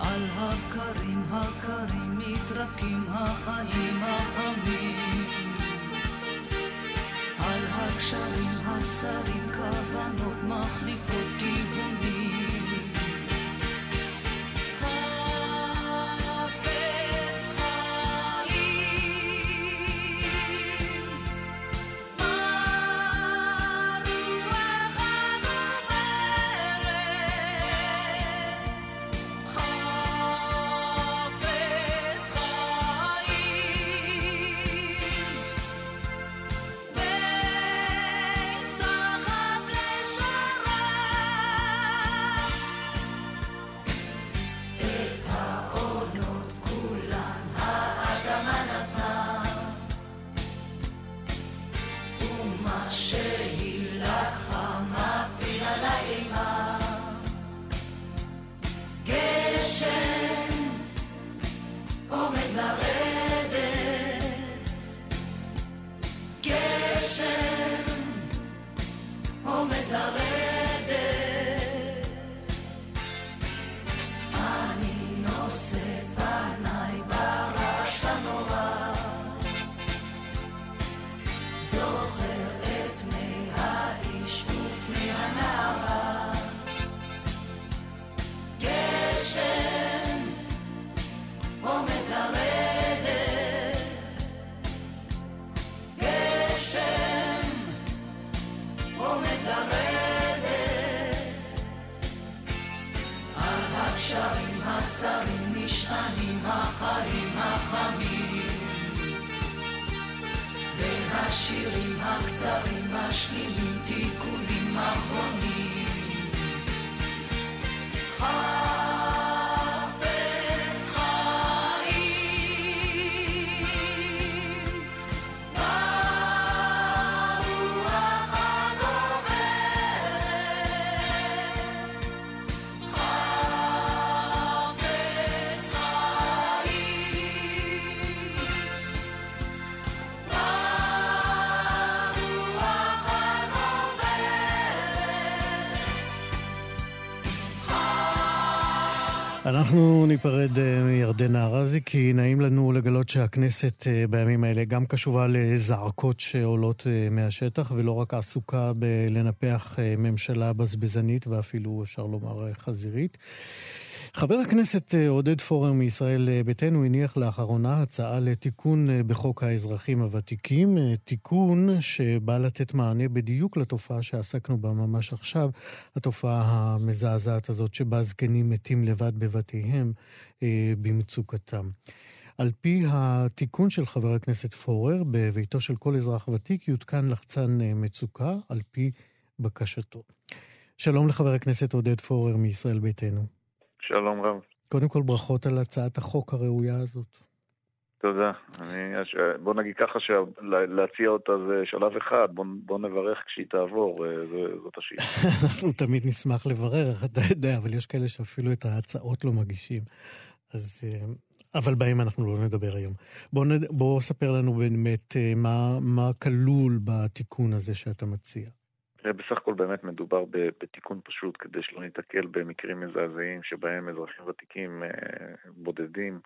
I: הקרים הקרים מתרפקים החיים החמים הקשרים הצרים, כוונות מחליפות כיוונים. חפץ חיים, מה רוח הגוברת, חפץ חיים, וסחף לשרת, את העונות כולן האדמה נתנה, ומה שהיא לקחה מפיל על האימה. גשם עומד לרדת, גשם עומד לרדת, אני נושא פניי ברעש הנורא, זוכר את פני האיש ופני הנערה. גשם עומד לרדת, גשם עומד לרדת, על הקשרים הצרים נשענים החיים החמים, בין השירים הקצרים משלימים תיקונים אחרונים. חפץ חיים, ברוח הגוברת, חפץ חיים, ברוח הגוברת.
C: אנחנו ניפרד אה, מירדנה ארזי, כי נעים לנו לגלות שהכנסת אה, בימים האלה גם קשובה לזעקות שעולות אה, מהשטח, ולא רק עסוקה בלנפח אה, ממשלה בזבזנית, ואפילו אפשר לומר אה, חזירית. חבר הכנסת אה, עודד פורר מישראל אה, ביתנו הניח לאחרונה הצעה לתיקון אה, בחוק האזרחים הוותיקים, אה, תיקון שבא לתת מענה בדיוק לתופעה שעסקנו בה ממש עכשיו, התופעה המזעזעת הזאת שבה זקנים מתים לבד בבתיהם אה, במצוקתם. על פי התיקון של חבר הכנסת פורר, בביתו של כל אזרח ותיק יותקן לחצן אה, מצוקה על פי בקשתו. שלום לחבר הכנסת עודד פורר מישראל ביתנו.
J: שלום רב.
C: קודם כל ברכות על הצעת החוק הראויה הזאת.
J: תודה. אני, בוא נגיד ככה שלהציע אותה זה שלב אחד, בוא, בוא נברך כשהיא תעבור, זה, זאת השאלה.
C: אנחנו תמיד נשמח לברר, אתה יודע, אבל יש כאלה שאפילו את ההצעות לא מגישים. אז, אבל בהם אנחנו לא נדבר היום. בוא, נד... בוא ספר לנו באמת מה, מה כלול בתיקון הזה שאתה מציע.
J: בסך הכל באמת מדובר בתיקון פשוט, כדי שלא ניתקל במקרים מזעזעים שבהם אזרחים ותיקים בודדים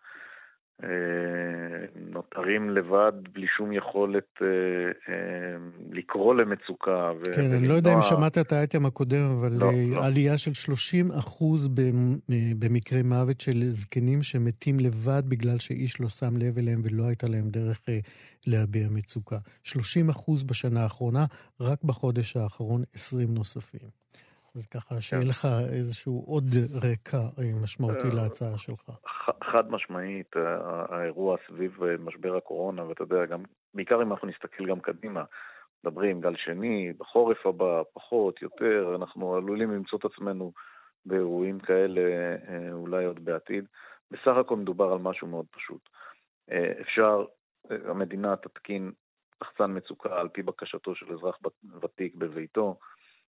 J: נותרים לבד בלי שום יכולת לקרוא למצוקה.
C: כן, אני לא יודע אם שמעת את האייטם הקודם, אבל עלייה של שלושים אחוז במקרי מוות של זקנים שמתים לבד בגלל שאיש לא שם לב אליהם ולא הייתה להם דרך להביע מצוקה. שלושים אחוז בשנה האחרונה, רק בחודש האחרון עשרים נוספים. אז ככה שיהיה לך איזשהו עוד רקע משמעותי להצעה שלך.
J: חד משמעית, האירוע סביב משבר הקורונה, ואתה יודע, גם, בעיקר אם אנחנו נסתכל גם קדימה, מדברים גל שני, בחורף הבא, פחות, יותר, אנחנו עלולים למצוא את עצמנו באירועים כאלה אולי עוד בעתיד. בסך הכל מדובר על משהו מאוד פשוט. אפשר, המדינה תתקין לחצן מצוקה על פי בקשתו של אזרח ותיק בביתו,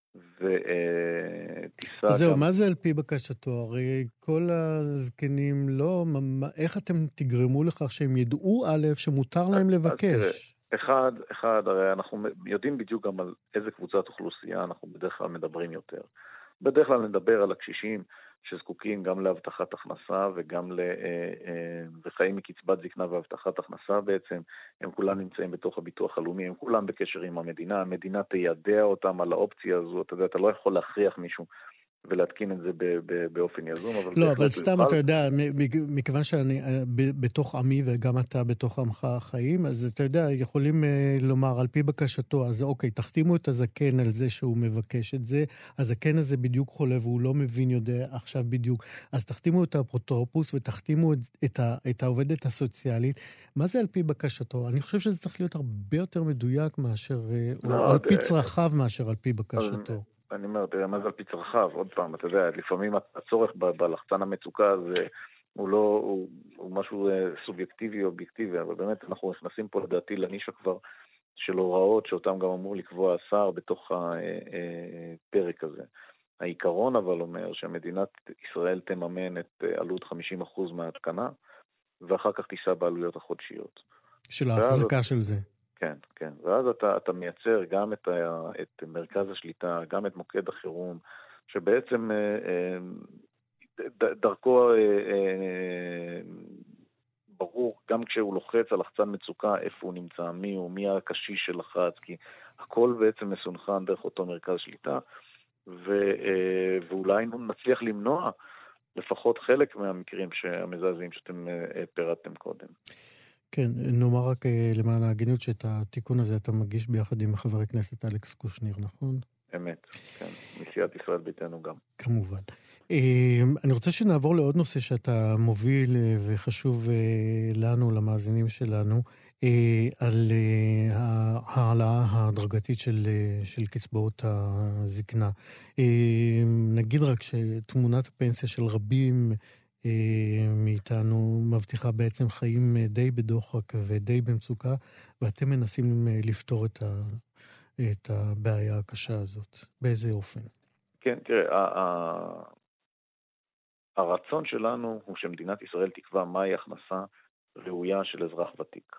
J: וטיסה...
C: אז זהו, מה זה על פי בקשתו? הרי כל הזקנים לא... איך אתם תגרמו לכך שהם ידעו א' שמותר להם לבקש?
J: אחד, אחד, הרי אנחנו יודעים בדיוק גם על איזה קבוצת אוכלוסייה אנחנו בדרך כלל מדברים יותר. בדרך כלל נדבר על הקשישים שזקוקים גם להבטחת הכנסה וגם לחיים מקצבת זקנה והבטחת הכנסה בעצם, הם כולם נמצאים בתוך הביטוח הלאומי, הם כולם בקשר עם המדינה, המדינה תיידע אותם על האופציה הזו, אתה יודע, אתה לא יכול להכריח מישהו ולהתקין את זה באופן יזום.
C: לא, אבל סתם אתה יודע, מכיוון שאני בתוך עמי וגם אתה בתוך עמך החיים, אז אתה יודע, יכולים לומר על פי בקשתו, אז אוקיי, תחתימו את הזקן על זה שהוא מבקש את זה, הזקן הזה בדיוק חולה והוא לא מבין יודע עכשיו בדיוק, אז תחתימו את האפוטרופוס ותחתימו את העובדת הסוציאלית, מה זה על פי בקשתו? אני חושב שזה צריך להיות הרבה יותר מדויק מאשר, או על פי צרכיו מאשר על פי בקשתו.
J: אני אומר, תראה, מה זה על פי צרכיו? עוד פעם, אתה יודע, לפעמים הצורך בלחצן המצוקה זה, הוא לא, הוא, הוא משהו סובייקטיבי או אובייקטיבי, אבל באמת אנחנו נכנסים פה לדעתי לנישה כבר של הוראות שאותם גם אמור לקבוע השר בתוך הפרק הזה. העיקרון אבל אומר שמדינת ישראל תממן את עלות חמישים אחוז מההתקנה, ואחר כך תישא בעלויות החודשיות.
C: של ההחזקה של זה.
J: כן, כן. ואז אתה, אתה מייצר גם את, ה, את מרכז השליטה, גם את מוקד החירום, שבעצם ד, דרכו ברור, גם כשהוא לוחץ על לחצן מצוקה, איפה הוא נמצא, מי הוא, מי הקשיש שלחץ, כי הכל בעצם מסונכרן דרך אותו מרכז שליטה, ו, ואולי נצליח למנוע לפחות חלק מהמקרים המזעזעים שאתם פירטתם קודם.
C: כן, נאמר רק למען ההגינות שאת התיקון הזה אתה מגיש ביחד עם חבר הכנסת אלכס קושניר, נכון?
J: אמת, כן, מסיעת ישראל ביתנו גם.
C: כמובן. אני רוצה שנעבור לעוד נושא שאתה מוביל וחשוב לנו, למאזינים שלנו, על העלאה ההדרגתית של, של קצבאות הזקנה. נגיד רק שתמונת הפנסיה של רבים מאיתנו מבטיחה בעצם חיים די בדוחק ודי במצוקה, ואתם מנסים לפתור את, ה, את הבעיה הקשה הזאת. באיזה אופן?
J: כן, תראה, הרצון שלנו הוא שמדינת ישראל תקבע מהי הכנסה ראויה של אזרח ותיק.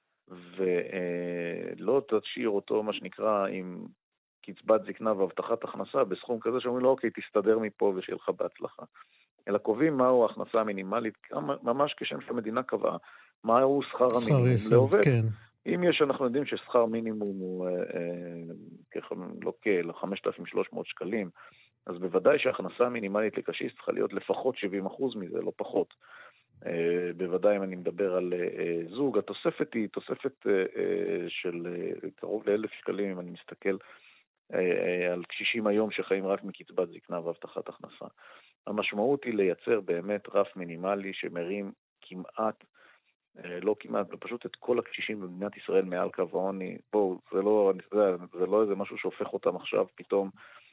J: ולא תשאיר אותו, מה שנקרא, עם קצבת זקנה והבטחת הכנסה, בסכום כזה שאומרים לו, אוקיי, תסתדר מפה ושיהיה לך בהצלחה. אלא קובעים מהו ההכנסה המינימלית, ממש כשם שהמדינה קבעה, מהו שכר המינימום לעובד. כן. אם יש, אנחנו יודעים ששכר מינימום הוא לא כ-חמשת אלפים ושלוש מאות שקלים, אז בוודאי שההכנסה המינימלית לקשיש צריכה להיות לפחות שבעים אחוז מזה, לא פחות. בוודאי אם אני מדבר על זוג, התוספת היא תוספת של קרוב לאלף שקלים, אם אני מסתכל על קשישים היום שחיים רק מקצבת זקנה והבטחת הכנסה. המשמעות היא לייצר באמת רף מינימלי שמרים כמעט, לא כמעט, פשוט את כל הקשישים במדינת ישראל מעל קו העוני. בואו, זה לא, זה לא איזה משהו שהופך אותם עכשיו פתאום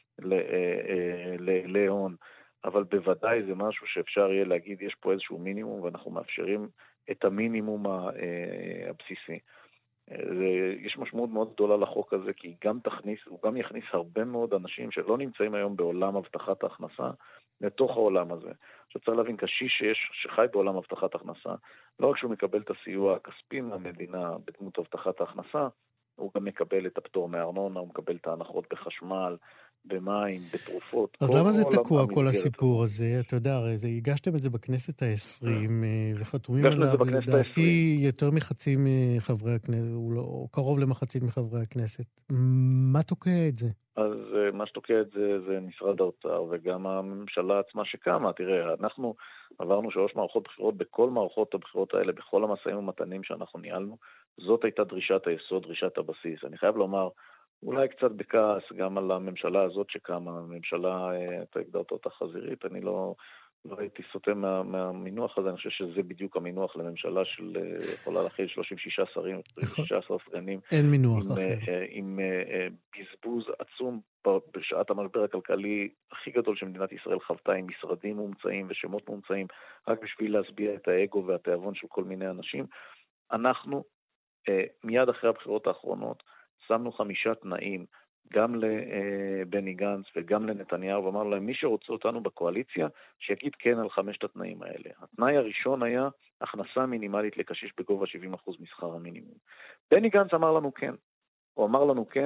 J: להון, אבל בוודאי זה משהו שאפשר יהיה להגיד, יש פה איזשהו מינימום, ואנחנו מאפשרים את המינימום הבסיסי. יש משמעות מאוד גדולה לחוק הזה, כי גם תכניס, הוא גם יכניס הרבה מאוד אנשים שלא נמצאים היום בעולם הבטחת ההכנסה, לתוך העולם הזה. עכשיו צריך להבין, קשיש שיש, שחי בעולם הבטחת הכנסה, לא רק שהוא מקבל את הסיוע הכספי מהמדינה בדמות הבטחת ההכנסה, הוא גם מקבל את הפטור מארנונה, הוא מקבל את ההנחות בחשמל, במים, בתרופות.
C: אז למה זה תקוע כל הסיפור הזה? אתה יודע, הרי הגשתם את זה בכנסת העשרים, וחתומים עליו, לדעתי יותר מחצי מחברי הכנסת, או קרוב למחצית מחברי הכנסת. מה תוקע את זה?
J: אז מה שתוקע את זה, זה משרד האוצר, וגם הממשלה עצמה שקמה. תראה, אנחנו עברנו שלוש מערכות בחירות, בכל מערכות הבחירות האלה, בכל המשאים ומתנים שאנחנו ניהלנו, זאת הייתה דרישת היסוד, דרישת הבסיס. אני חייב לומר, אולי קצת בכעס גם על הממשלה הזאת שקמה, הממשלה, אתה הגדרת אותה חזירית, אני לא, לא הייתי סוטה מה, מהמינוח הזה, אני חושב שזה בדיוק המינוח לממשלה של יכולה להכיל שלושים ושישה שרים, שישה עשר סגנים.
C: אין מינוח
J: עם,
C: אחר.
J: עם, עם בזבוז עצום בשעת המשבר הכלכלי הכי גדול שמדינת ישראל חוותה, עם משרדים מומצאים ושמות מומצאים, רק בשביל להסביע את האגו והתיאבון של כל מיני אנשים. אנחנו, מיד אחרי הבחירות האחרונות, שמנו חמישה תנאים, גם לבני גנץ וגם לנתניהו, ואמרנו להם, מי שרוצה אותנו בקואליציה, שיגיד כן על חמשת התנאים האלה. התנאי הראשון היה הכנסה מינימלית לקשיש בגובה שבעים אחוז משכר המינימום. בני גנץ אמר לנו כן. הוא אמר לנו כן,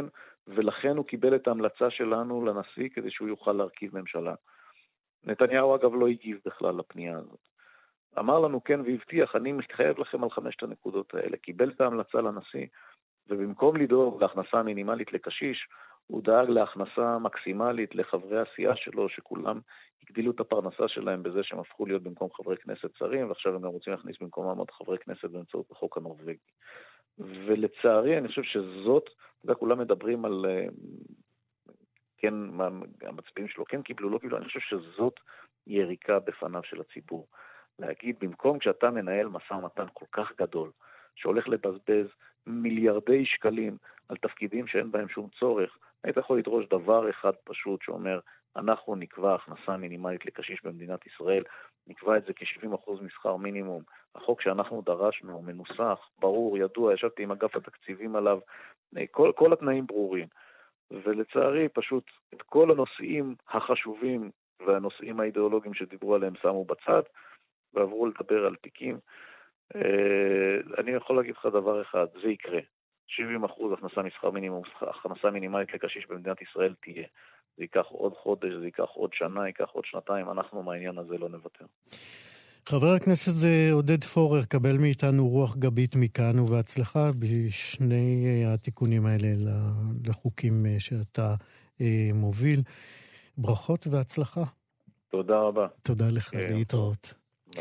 J: ולכן הוא קיבל את ההמלצה שלנו לנשיא כדי שהוא יוכל להרכיב ממשלה. נתניהו אגב לא הגיב בכלל לפנייה הזאת. אמר לנו כן והבטיח, אני מתחייב לכם על חמשת הנקודות האלה. קיבל את ההמלצה לנשיא, ובמקום לדאוג להכנסה מינימלית לקשיש, הוא דאג להכנסה מקסימלית לחברי הסיעה שלו, שכולם הגדילו את הפרנסה שלהם בזה שהם הפכו להיות במקום חברי כנסת שרים, ועכשיו הם גם רוצים להכניס במקומם עוד חברי כנסת באמצעות החוק הנורווגי. ולצערי, אני חושב שזאת, כולם מדברים על, כן, המצביעים שלו כן קיבלו, לא קיבלו, אני חושב שזאת יריקה בפניו של הציבור. להגיד, במקום כשאתה מנהל משא ומתן כל כך גדול, שהולך לבזבז מיליארדי שקלים על תפקידים שאין בהם שום צורך, היית יכול לדרוש דבר אחד פשוט שאומר, אנחנו נקבע הכנסה מינימלית לקשיש במדינת ישראל, נקבע את זה כ-שבעים אחוז משכר מינימום. החוק שאנחנו דרשנו, מנוסח, ברור, ידוע, ישבתי עם אגף התקציבים עליו, כל, כל התנאים ברורים. ולצערי, פשוט את כל הנושאים החשובים והנושאים האידיאולוגיים שדיברו עליהם שמו בצד, ועברו לדבר על תיקים. אני יכול להגיד לך דבר אחד, זה יקרה. שבעים אחוז הכנסה משכר מינימום, הכנסה מינימלית לקשיש במדינת ישראל תהיה. זה ייקח עוד חודש, זה ייקח עוד שנה, ייקח עוד שנתיים, אנחנו מהעניין הזה לא נוותר.
C: חבר הכנסת עודד פורר, קבל מאיתנו רוח גבית מכאן ובהצלחה בשני התיקונים האלה לחוקים שאתה מוביל. ברכות והצלחה.
J: תודה רבה.
C: תודה לך, להתראות.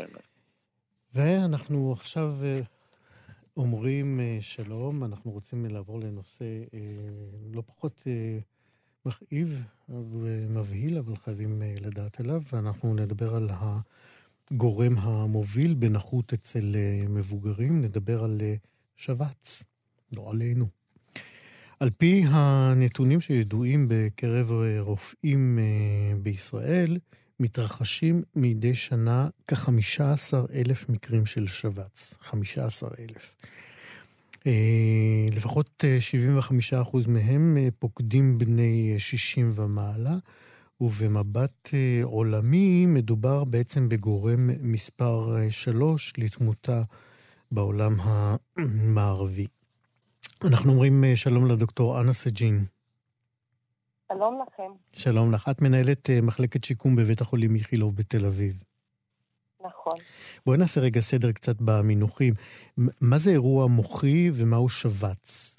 C: ואנחנו עכשיו אומרים שלום, אנחנו רוצים לעבור לנושא לא פחות מכאיב ומבהיל, אבל חייבים לדעת עליו, ואנחנו נדבר על הגורם המוביל בנחות אצל מבוגרים, נדבר על שבץ, לא עלינו. על פי הנתונים שידועים בקרב רופאים בישראל, מתרחשים מדי שנה כ-חמישה עשר אלף מקרים של שבץ. חמישה עשר אלף. לפחות שבעים וחמישה אחוז מהם פוקדים בני שישים ומעלה, ובמבט עולמי מדובר בעצם בגורם מספר שלוש לתמותה בעולם המערבי. אנחנו אומרים שלום לדוקטור אנה סג'ין.
K: שלום לכם.
C: שלום לך. את מנהלת מחלקת שיקום בבית החולים איכילוב בתל אביב.
K: נכון.
C: בואי נעשה רגע סדר קצת במינוחים. מה זה אירוע מוחי ומהו שבץ?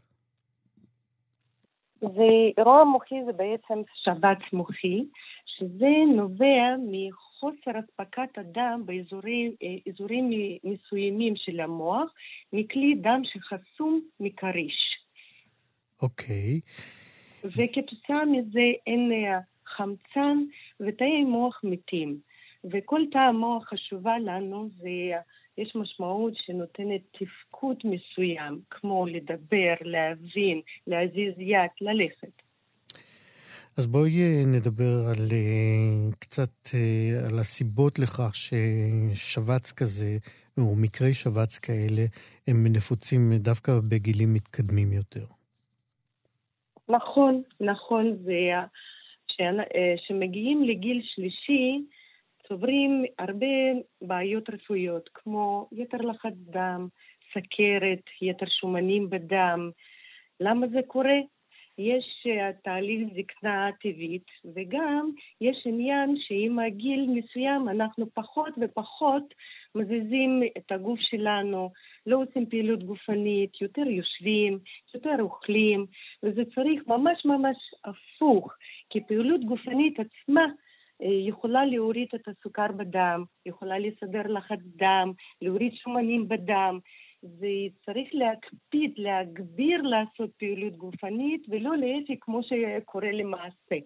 K: זה אירוע מוחי, זה בעצם שבץ מוחי, שזה נובע מחוסר אספקת הדם באזורים אזורים מסוימים של המוח, מכלי דם שחסום מקריש.
C: אוקיי.
K: וכתוצאה מזה אין חמצן ותאי מוח מתים. וכל תא המוח חשובה לנו, זה, יש משמעות שנותנת תפקוד מסוים, כמו לדבר, להבין, להזיז יד, ללכת.
C: אז בואי נדבר על קצת על הסיבות לכך ששבץ כזה, או מקרי שבץ כאלה, הם נפוצים דווקא בגילים מתקדמים יותר.
K: נכון, נכון, זה שמגיעים לגיל שלישי, צוברים הרבה בעיות רפואיות, כמו יתר לחץ דם, סכרת, יתר שומנים בדם. למה זה קורה? יש תהליך זקנה טבעית, וגם יש עניין שעם הגיל מסוים אנחנו פחות ופחות מזיזים את הגוף שלנו, לא עושים פעילות גופנית, יותר יושבים, יותר אוכלים, וזה צריך ממש ממש הפוך, כי פעילות גופנית עצמה יכולה להוריד את הסוכר בדם, יכולה לסדר לחץ דם, להוריד שומנים בדם. זה צריך להקפיד, להגביר לעשות פעילות גופנית, ולא להפך כמו שקורה למעשה.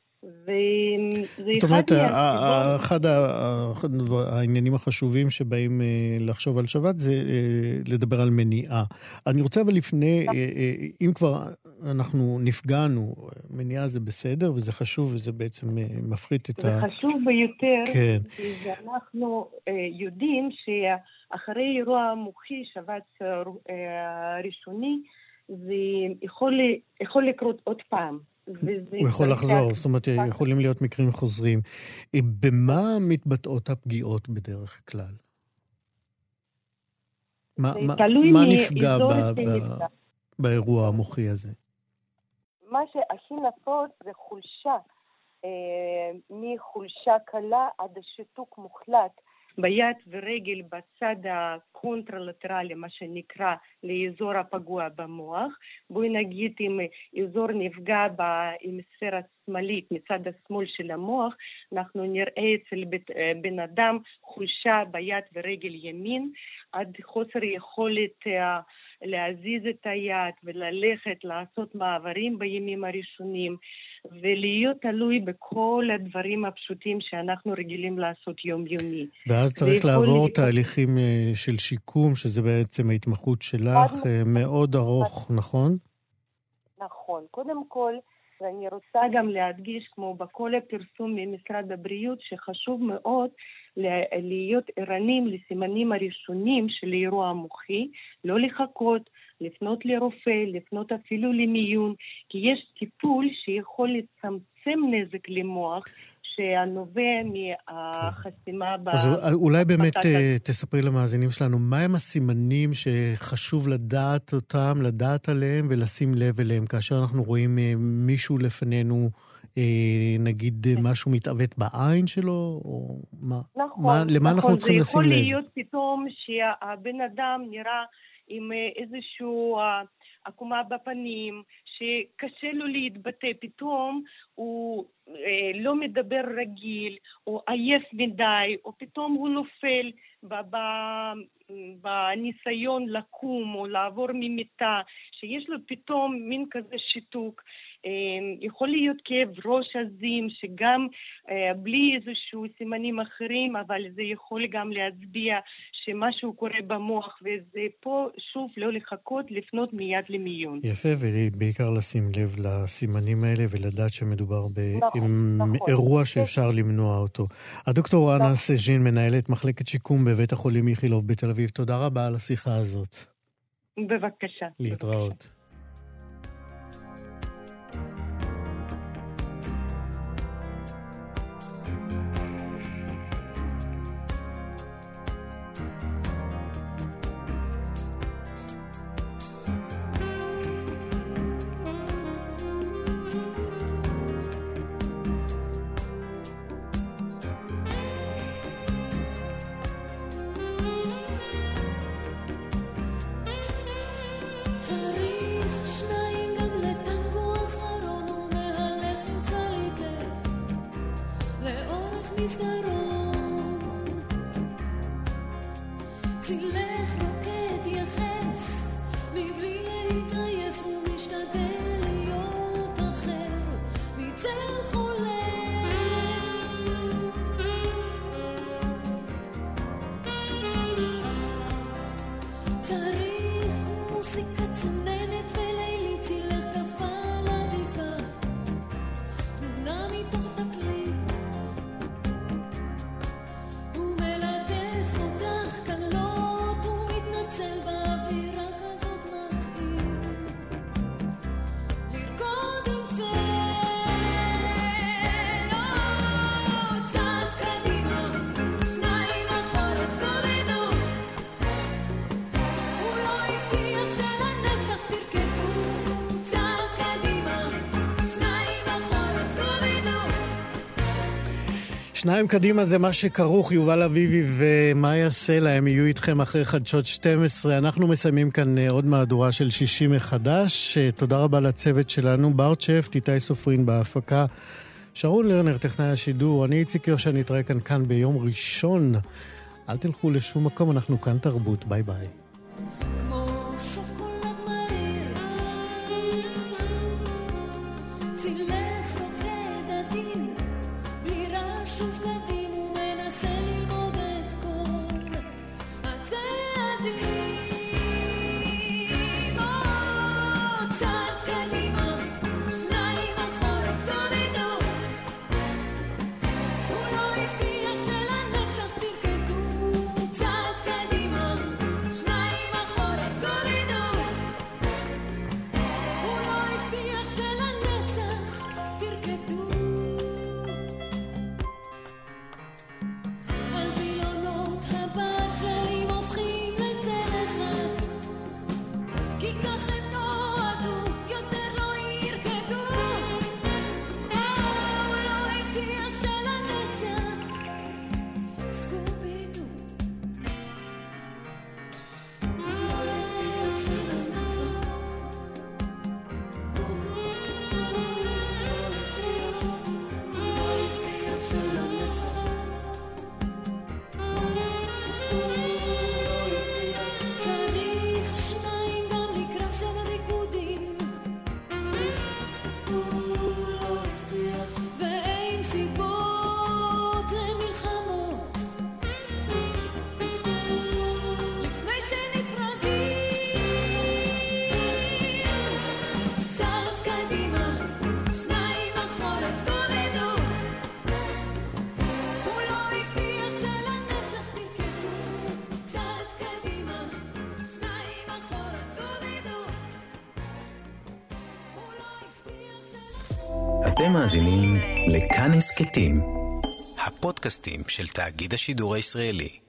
C: זאת אומרת, אחד העניינים החשובים שבאים לחשוב על שבץ זה לדבר על מניעה. אני רוצה אבל לפני, אם כבר אנחנו נפגענו, מניעה זה בסדר וזה חשוב וזה בעצם מפחית את ה...
K: זה חשוב ביותר,
C: כן.
K: ואנחנו יודעים שאחרי אירוע מוחי, שבץ ראשוני, זה יכול לקרות עוד פעם.
C: הוא יכול לחזור, זאת אומרת, יכולים להיות מקרים חוזרים. במה מתבטאות הפגיעות בדרך כלל? מה נפגע באירוע המוחי הזה?
K: מה שהכי נפוץ זה חולשה, אה, מחולשה קלה עד השיתוק מוחלט ביד ורגל בצד הקונטרלטרלי, מה שנקרא, לאזור הפגוע במוח. בואי נגיד אם אזור נפגע בהמיספירה השמאלית מצד השמאל של המוח, אנחנו נראה אצל בן אדם חולשה ביד ורגל ימין, עד חוסר יכולת להזיז את היד וללכת, לעשות מעברים בימים הראשונים, ולהיות תלוי בכל הדברים הפשוטים שאנחנו רגילים לעשות יומיומי.
C: ואז צריך לעבור תהליכים של שיקום, שזה בעצם ההתמחות שלך, מאוד ארוך, נכון?
K: נכון. קודם כל, ואני רוצה גם להדגיש, כמו בכל הפרסום ממשרד הבריאות, שחשוב מאוד להיות ערנים לסימנים הראשונים של אירוע המוחי, לא לחכות, לפנות לרופא, לפנות אפילו למיון, כי יש טיפול שיכול לצמצם נזק למוח, שהנובע מהחסימה ב...
C: אז אולי באמת תספרי למאזינים שלנו, מה הם הסימנים שחשוב לדעת אותם, לדעת עליהם ולשים לב אליהם, כאשר אנחנו רואים מישהו לפנינו, נגיד משהו מתעוות בעין שלו, או מה?
K: נכון,
C: למה אנחנו צריכים לשים לב?
K: זה יכול להיות פתאום שהבן אדם נראה עם איזשהו עקומה בפנים, שקשה לו להתבטא, פתאום הוא אה, לא מדבר רגיל, או עייף מדי, או פתאום הוא נופל בניסיון לקום או לעבור ממיטה, שיש לו פתאום מין כזה שיתוק. יכול להיות כאב ראש עזים, שגם בלי איזשהו סימנים אחרים, אבל זה יכול גם להצביע שמשהו קורה במוח, וזה פה שוב לא לחכות, לפנות מיד למיון.
C: יפה, ובעיקר לשים לב לסימנים האלה, ולדעת שמדובר באירוע
K: נכון.
C: שאפשר למנוע אותו. הדוקטור אנה סז'ין, מנהלת מחלקת שיקום בבית החולים איכילוב בתל אביב, תודה רבה על השיחה הזאת.
K: בבקשה.
C: להתראות. שניים קדימה זה מה שכרוך, יובל אביבי ומה יעשה להם, יהיו איתכם אחרי חדשות שתים עשרה. אנחנו מסיימים כאן עוד מהדורה של שישי מחדש. תודה רבה לצוות שלנו, בר צ'פט, איתי סופרין בהפקה, שרון לרנר, טכנאי השידור, אני איציק יושע, נתראה כאן כאן ביום ראשון. אל תלכו לשום מקום, אנחנו כאן תרבות, ביי ביי.
I: הבטיח שלנצח תרקדו צעד קדימה, שניים
A: אתם מאזינים לכאן הסכתים, הפודקאסטים של תאגיד השידור הישראלי.